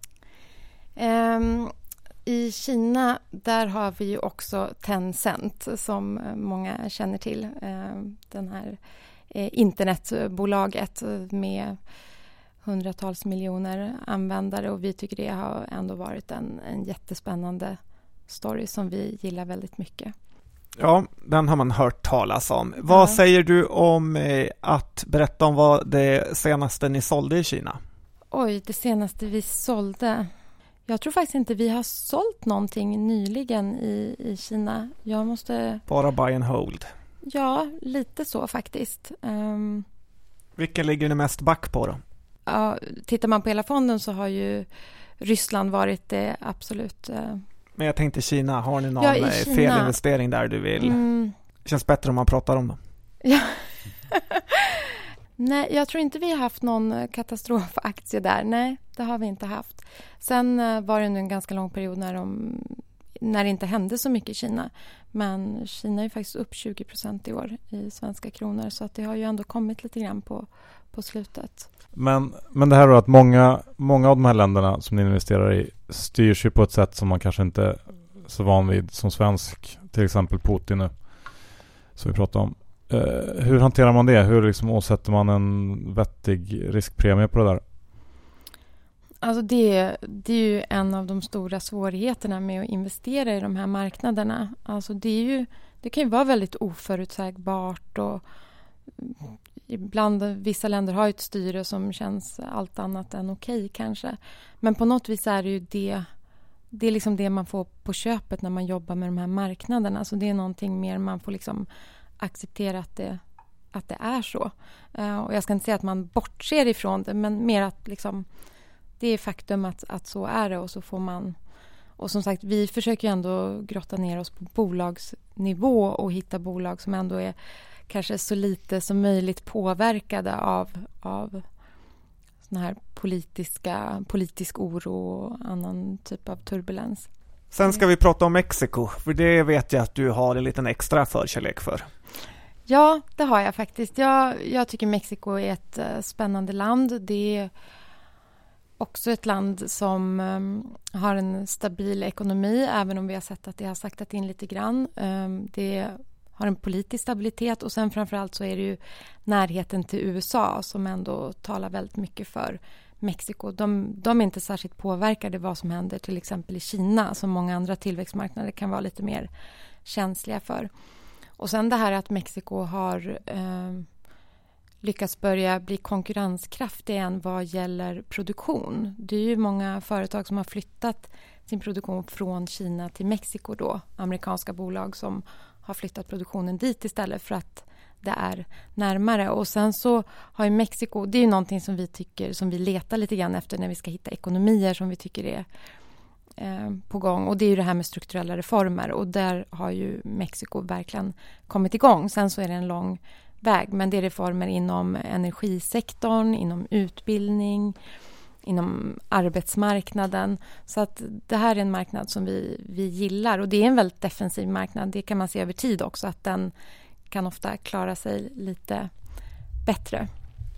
Um, I Kina, där har vi ju också Tencent som många känner till. Den här internetbolaget med hundratals miljoner användare, och vi tycker det har ändå varit en, en jättespännande story som vi gillar väldigt mycket. Ja, den har man hört talas om. Vad ja. säger du om att berätta om vad det senaste ni sålde i Kina? Oj, det senaste vi sålde... Jag tror faktiskt inte vi har sålt någonting nyligen i, i Kina. Jag måste... Bara buy and hold. Ja, lite så faktiskt. Um... Vilken ligger ni mest back på då? Ja, tittar man på hela fonden så har ju Ryssland varit det absolut uh, Men jag tänkte Kina, har ni någon Ja, i eh, Kina. felinvestering där du vill? Mm. Det känns bättre om man pratar om dem. Ja. Nej, jag tror inte vi har haft någon katastrofaktie där. Nej, det har vi inte haft. Sen eh, var det en ganska lång period när, de, när det inte hände så mycket i Kina. Men Kina är faktiskt upp tjugo procent i år i svenska kronor. Så att det har ju ändå kommit lite grann på, på slutet. Men, men det här då att många, många av de här länderna som ni investerar i styrs ju på ett sätt som man kanske inte är så van vid som svensk. Till exempel Putin nu, som vi pratade om. Uh, hur hanterar man det? Hur liksom åsätter man en vettig riskpremie på det där? Alltså det, det är ju en av de stora svårigheterna med att investera i de här marknaderna. Alltså det, är ju, det kan ju vara väldigt oförutsägbart och ibland vissa länder har ett styre som känns allt annat än okej kanske. Men på något vis är det ju det, det är liksom det man får på köpet när man jobbar med de här marknaderna. Så det är någonting mer man får liksom acceptera att det, att det är så. Uh, och jag ska inte säga att man bortser ifrån det, men mer att liksom, det är faktum att, att så är det och så får man... Och som sagt, vi försöker ju ändå grotta ner oss på bolagsnivå och hitta bolag som ändå är kanske så lite som möjligt påverkade av, av såna här politiska, politisk oro och annan typ av turbulens. Sen ska vi prata om Mexiko, för det vet jag att du har en liten extra förkärlek för. Ja, det har jag faktiskt. Jag, jag tycker Mexiko är ett uh, spännande land. Det är också ett land som um, har en stabil ekonomi, även om vi har sett att det har saktat in lite grann. Um, det har en politisk stabilitet och sen framförallt så är det ju närheten till U S A som ändå talar väldigt mycket för Mexiko. De, de är inte särskilt påverkade vad som händer till exempel i Kina, som många andra tillväxtmarknader kan vara lite mer känsliga för. Och sen det här att Mexiko har eh, lyckats börja bli konkurrenskraftig än vad gäller produktion. Det är ju många företag som har flyttat sin produktion från Kina till Mexiko då. Amerikanska bolag som har flyttat produktionen dit istället för att det är närmare. Och sen så har ju Mexiko, det är ju någonting som vi tycker, som vi letar lite grann efter när vi ska hitta ekonomier som vi tycker är eh, på gång. Och det är ju det här med strukturella reformer och där har ju Mexiko verkligen kommit igång. Sen så är det en lång väg, men det är reformer inom energisektorn, inom utbildning, inom arbetsmarknaden. Så att det här är en marknad som vi, vi gillar och det är en väldigt defensiv marknad. Det kan man se över tid också, att den kan ofta klara sig lite bättre.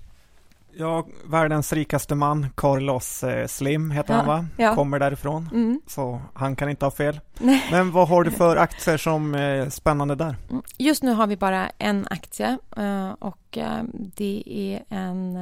Ja, världens rikaste man, Carlos eh, Slim heter ja, han va? Ja. Kommer därifrån, mm. så han kan inte ha fel. Nej. Men vad har du för aktier som är eh, spännande där? Just nu har vi bara en aktie eh, och eh, det är en,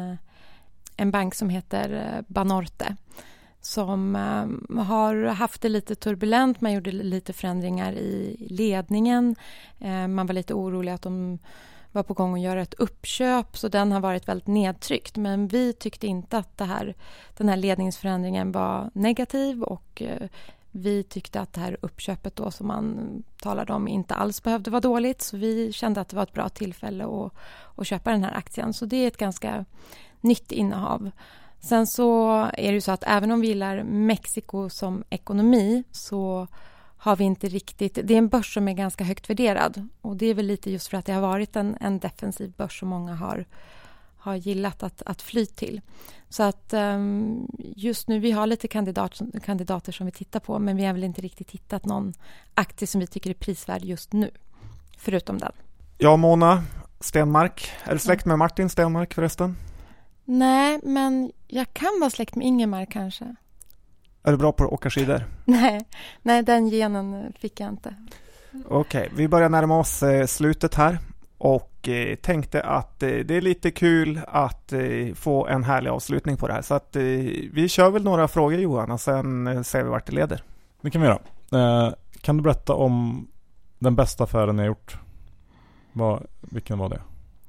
en bank som heter Banorte som eh, har haft det lite turbulent. Man gjorde lite förändringar i ledningen. Eh, man var lite orolig att de var på gång att göra ett uppköp, så den har varit väldigt nedtryckt. Men vi tyckte inte att det här, den här ledningsförändringen var negativ och eh, vi tyckte att det här uppköpet då som man talade om inte alls behövde vara dåligt. Så vi kände att det var ett bra tillfälle att, att köpa den här aktien. Så det är ett ganska nytt innehav. Sen så är det ju så att även om vi gillar Mexiko som ekonomi så har vi inte riktigt... Det är en börs som är ganska högt värderad och det är väl lite just för att det har varit en, en defensiv börs som många har, har gillat att, att fly till. Så att um, just nu, vi har lite kandidat, kandidater som vi tittar på, men vi har väl inte riktigt hittat någon aktie som vi tycker är prisvärd just nu, förutom den. Ja, Mona Stenmark. Är du släkt med Martin Stenmark förresten? Nej, men jag kan vara släkt med Ingemar kanske. Är du bra på att åka skidor? Nej, nej den genen fick jag inte. Okej, okay, vi börjar närma oss eh, slutet här och eh, tänkte att eh, det är lite kul att eh, få en härlig avslutning på det här. Så att eh, vi kör väl några frågor, Johan, och sen eh, ser vi vart det leder. Det kan vi göra. Eh, kan du berätta om den bästa affären ni har gjort? Vad, vilken var det?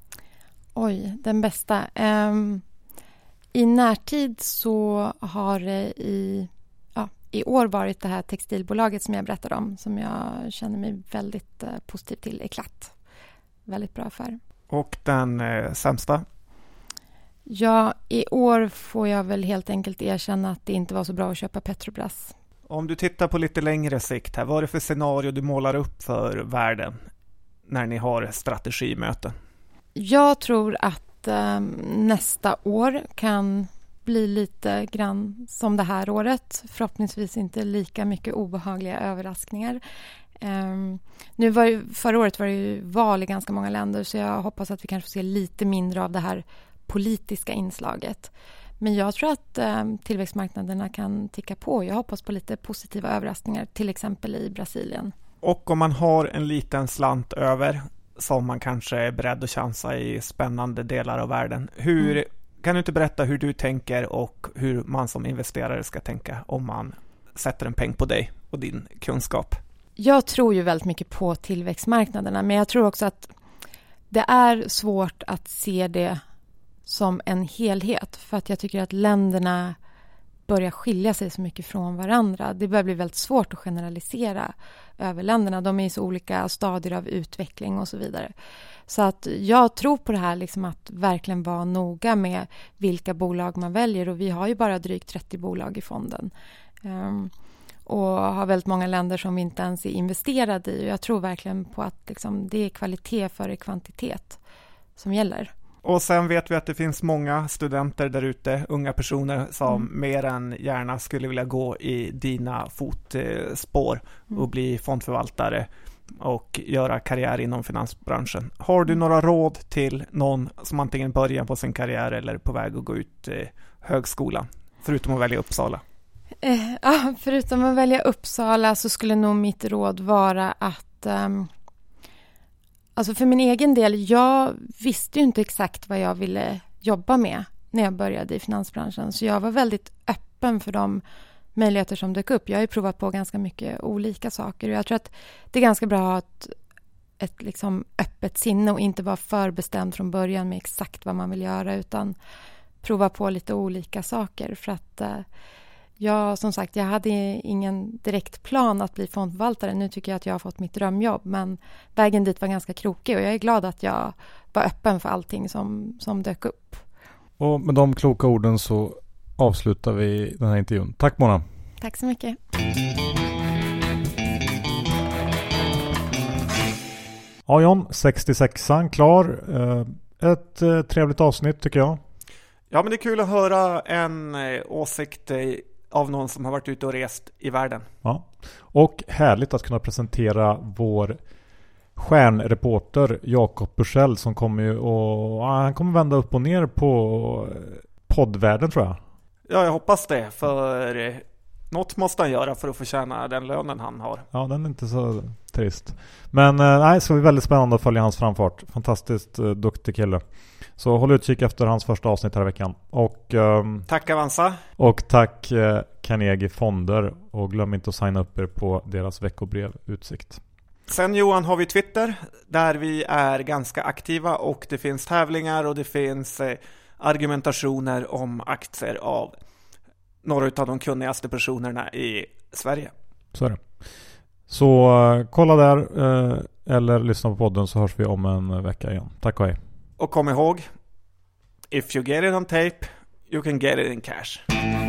Oj, den bästa. Um, I närtid så har det i, ja, i år varit det här textilbolaget som jag berättade om, som jag känner mig väldigt uh, positiv till, Eclat. Väldigt bra affär. Och den eh, sämsta? Ja, i år får jag väl helt enkelt erkänna att det inte var så bra att köpa Petrobras. Om du tittar på lite längre sikt här, vad är det för scenario du målar upp för världen när ni har strategimöten? Jag tror att eh, nästa år kan bli lite grann som det här året. Förhoppningsvis inte lika mycket obehagliga överraskningar. Um, nu var ju, förra året var det ju val i ganska många länder, så jag hoppas att vi kanske får se lite mindre av det här politiska inslaget. Men jag tror att um, tillväxtmarknaderna kan ticka på. Jag hoppas på lite positiva överraskningar, till exempel i Brasilien. Och om man har en liten slant över som man kanske är beredd att chansa i spännande delar av världen. Hur, mm. Kan du inte berätta hur du tänker och hur man som investerare ska tänka om man sätter en peng på dig och din kunskap? Jag tror ju väldigt mycket på tillväxtmarknaderna, men jag tror också att det är svårt att se det som en helhet, för att jag tycker att länderna börjar skilja sig så mycket från varandra. Det börjar bli väldigt svårt att generalisera över länderna. De är i så olika stadier av utveckling och så vidare. Så att jag tror på det här liksom att verkligen vara noga med vilka bolag man väljer, och vi har ju bara drygt trettio bolag i fonden. Um, och har väldigt många länder som vi inte ens är investerade i. Jag tror verkligen på att liksom, det är kvalitet före kvantitet som gäller. Och sen vet vi att det finns många studenter där ute, unga personer som mm. mer än gärna skulle vilja gå i dina fotspår mm. och bli fondförvaltare och göra karriär inom finansbranschen. Har du några råd till någon som antingen börjar på sin karriär eller på väg att gå ut eh, högskolan, förutom att välja Uppsala? Eh, ja, förutom att välja Uppsala så skulle nog mitt råd vara att um, alltså för min egen del, jag visste ju inte exakt vad jag ville jobba med när jag började i finansbranschen, så jag var väldigt öppen för de möjligheter som dök upp. Jag har ju provat på ganska mycket olika saker, och jag tror att det är ganska bra att ha ett, ett liksom öppet sinne och inte vara förbestämd från början med exakt vad man vill göra, utan prova på lite olika saker. För att uh, jag, som sagt, jag hade ingen direkt plan att bli fondförvaltare. Nu tycker jag att jag har fått mitt drömjobb, men vägen dit var ganska krokig, och jag är glad att jag var öppen för allting som, som dök upp. Och med de kloka orden så avslutar vi den här intervjun. Tack Mona. Tack så mycket. Ja John, sextiosexan klar. Ett trevligt avsnitt tycker jag. Ja, men det är kul att höra en åsikt av någon som har varit ute och rest i världen. Ja, och härligt att kunna presentera vår stjärnreporter Jakob Bursell som kommer ju och han kommer vända upp och ner på poddvärlden tror jag. Ja, jag hoppas det, för något måste han göra för att förtjäna den lönen han har. Ja, den är inte så trist. Men nej, det ska bli väldigt spännande att följa hans framfart. Fantastiskt uh, duktig kille. Så håll utkik efter hans första avsnitt här i veckan. Och, um, tack Avanza. Och tack uh, Carnegie Fonder. Och glöm inte att signa upp er på deras veckobrev Utsikt. Sen Johan har vi Twitter där vi är ganska aktiva och det finns tävlingar och det finns eh, argumentationer om aktier av några av de kunnigaste personerna i Sverige. Så är det. Så uh, kolla där uh, eller lyssna på podden så hörs vi om en vecka igen. Tack och hej. Och kom ihåg, if you get it on tape, you can get it in cash.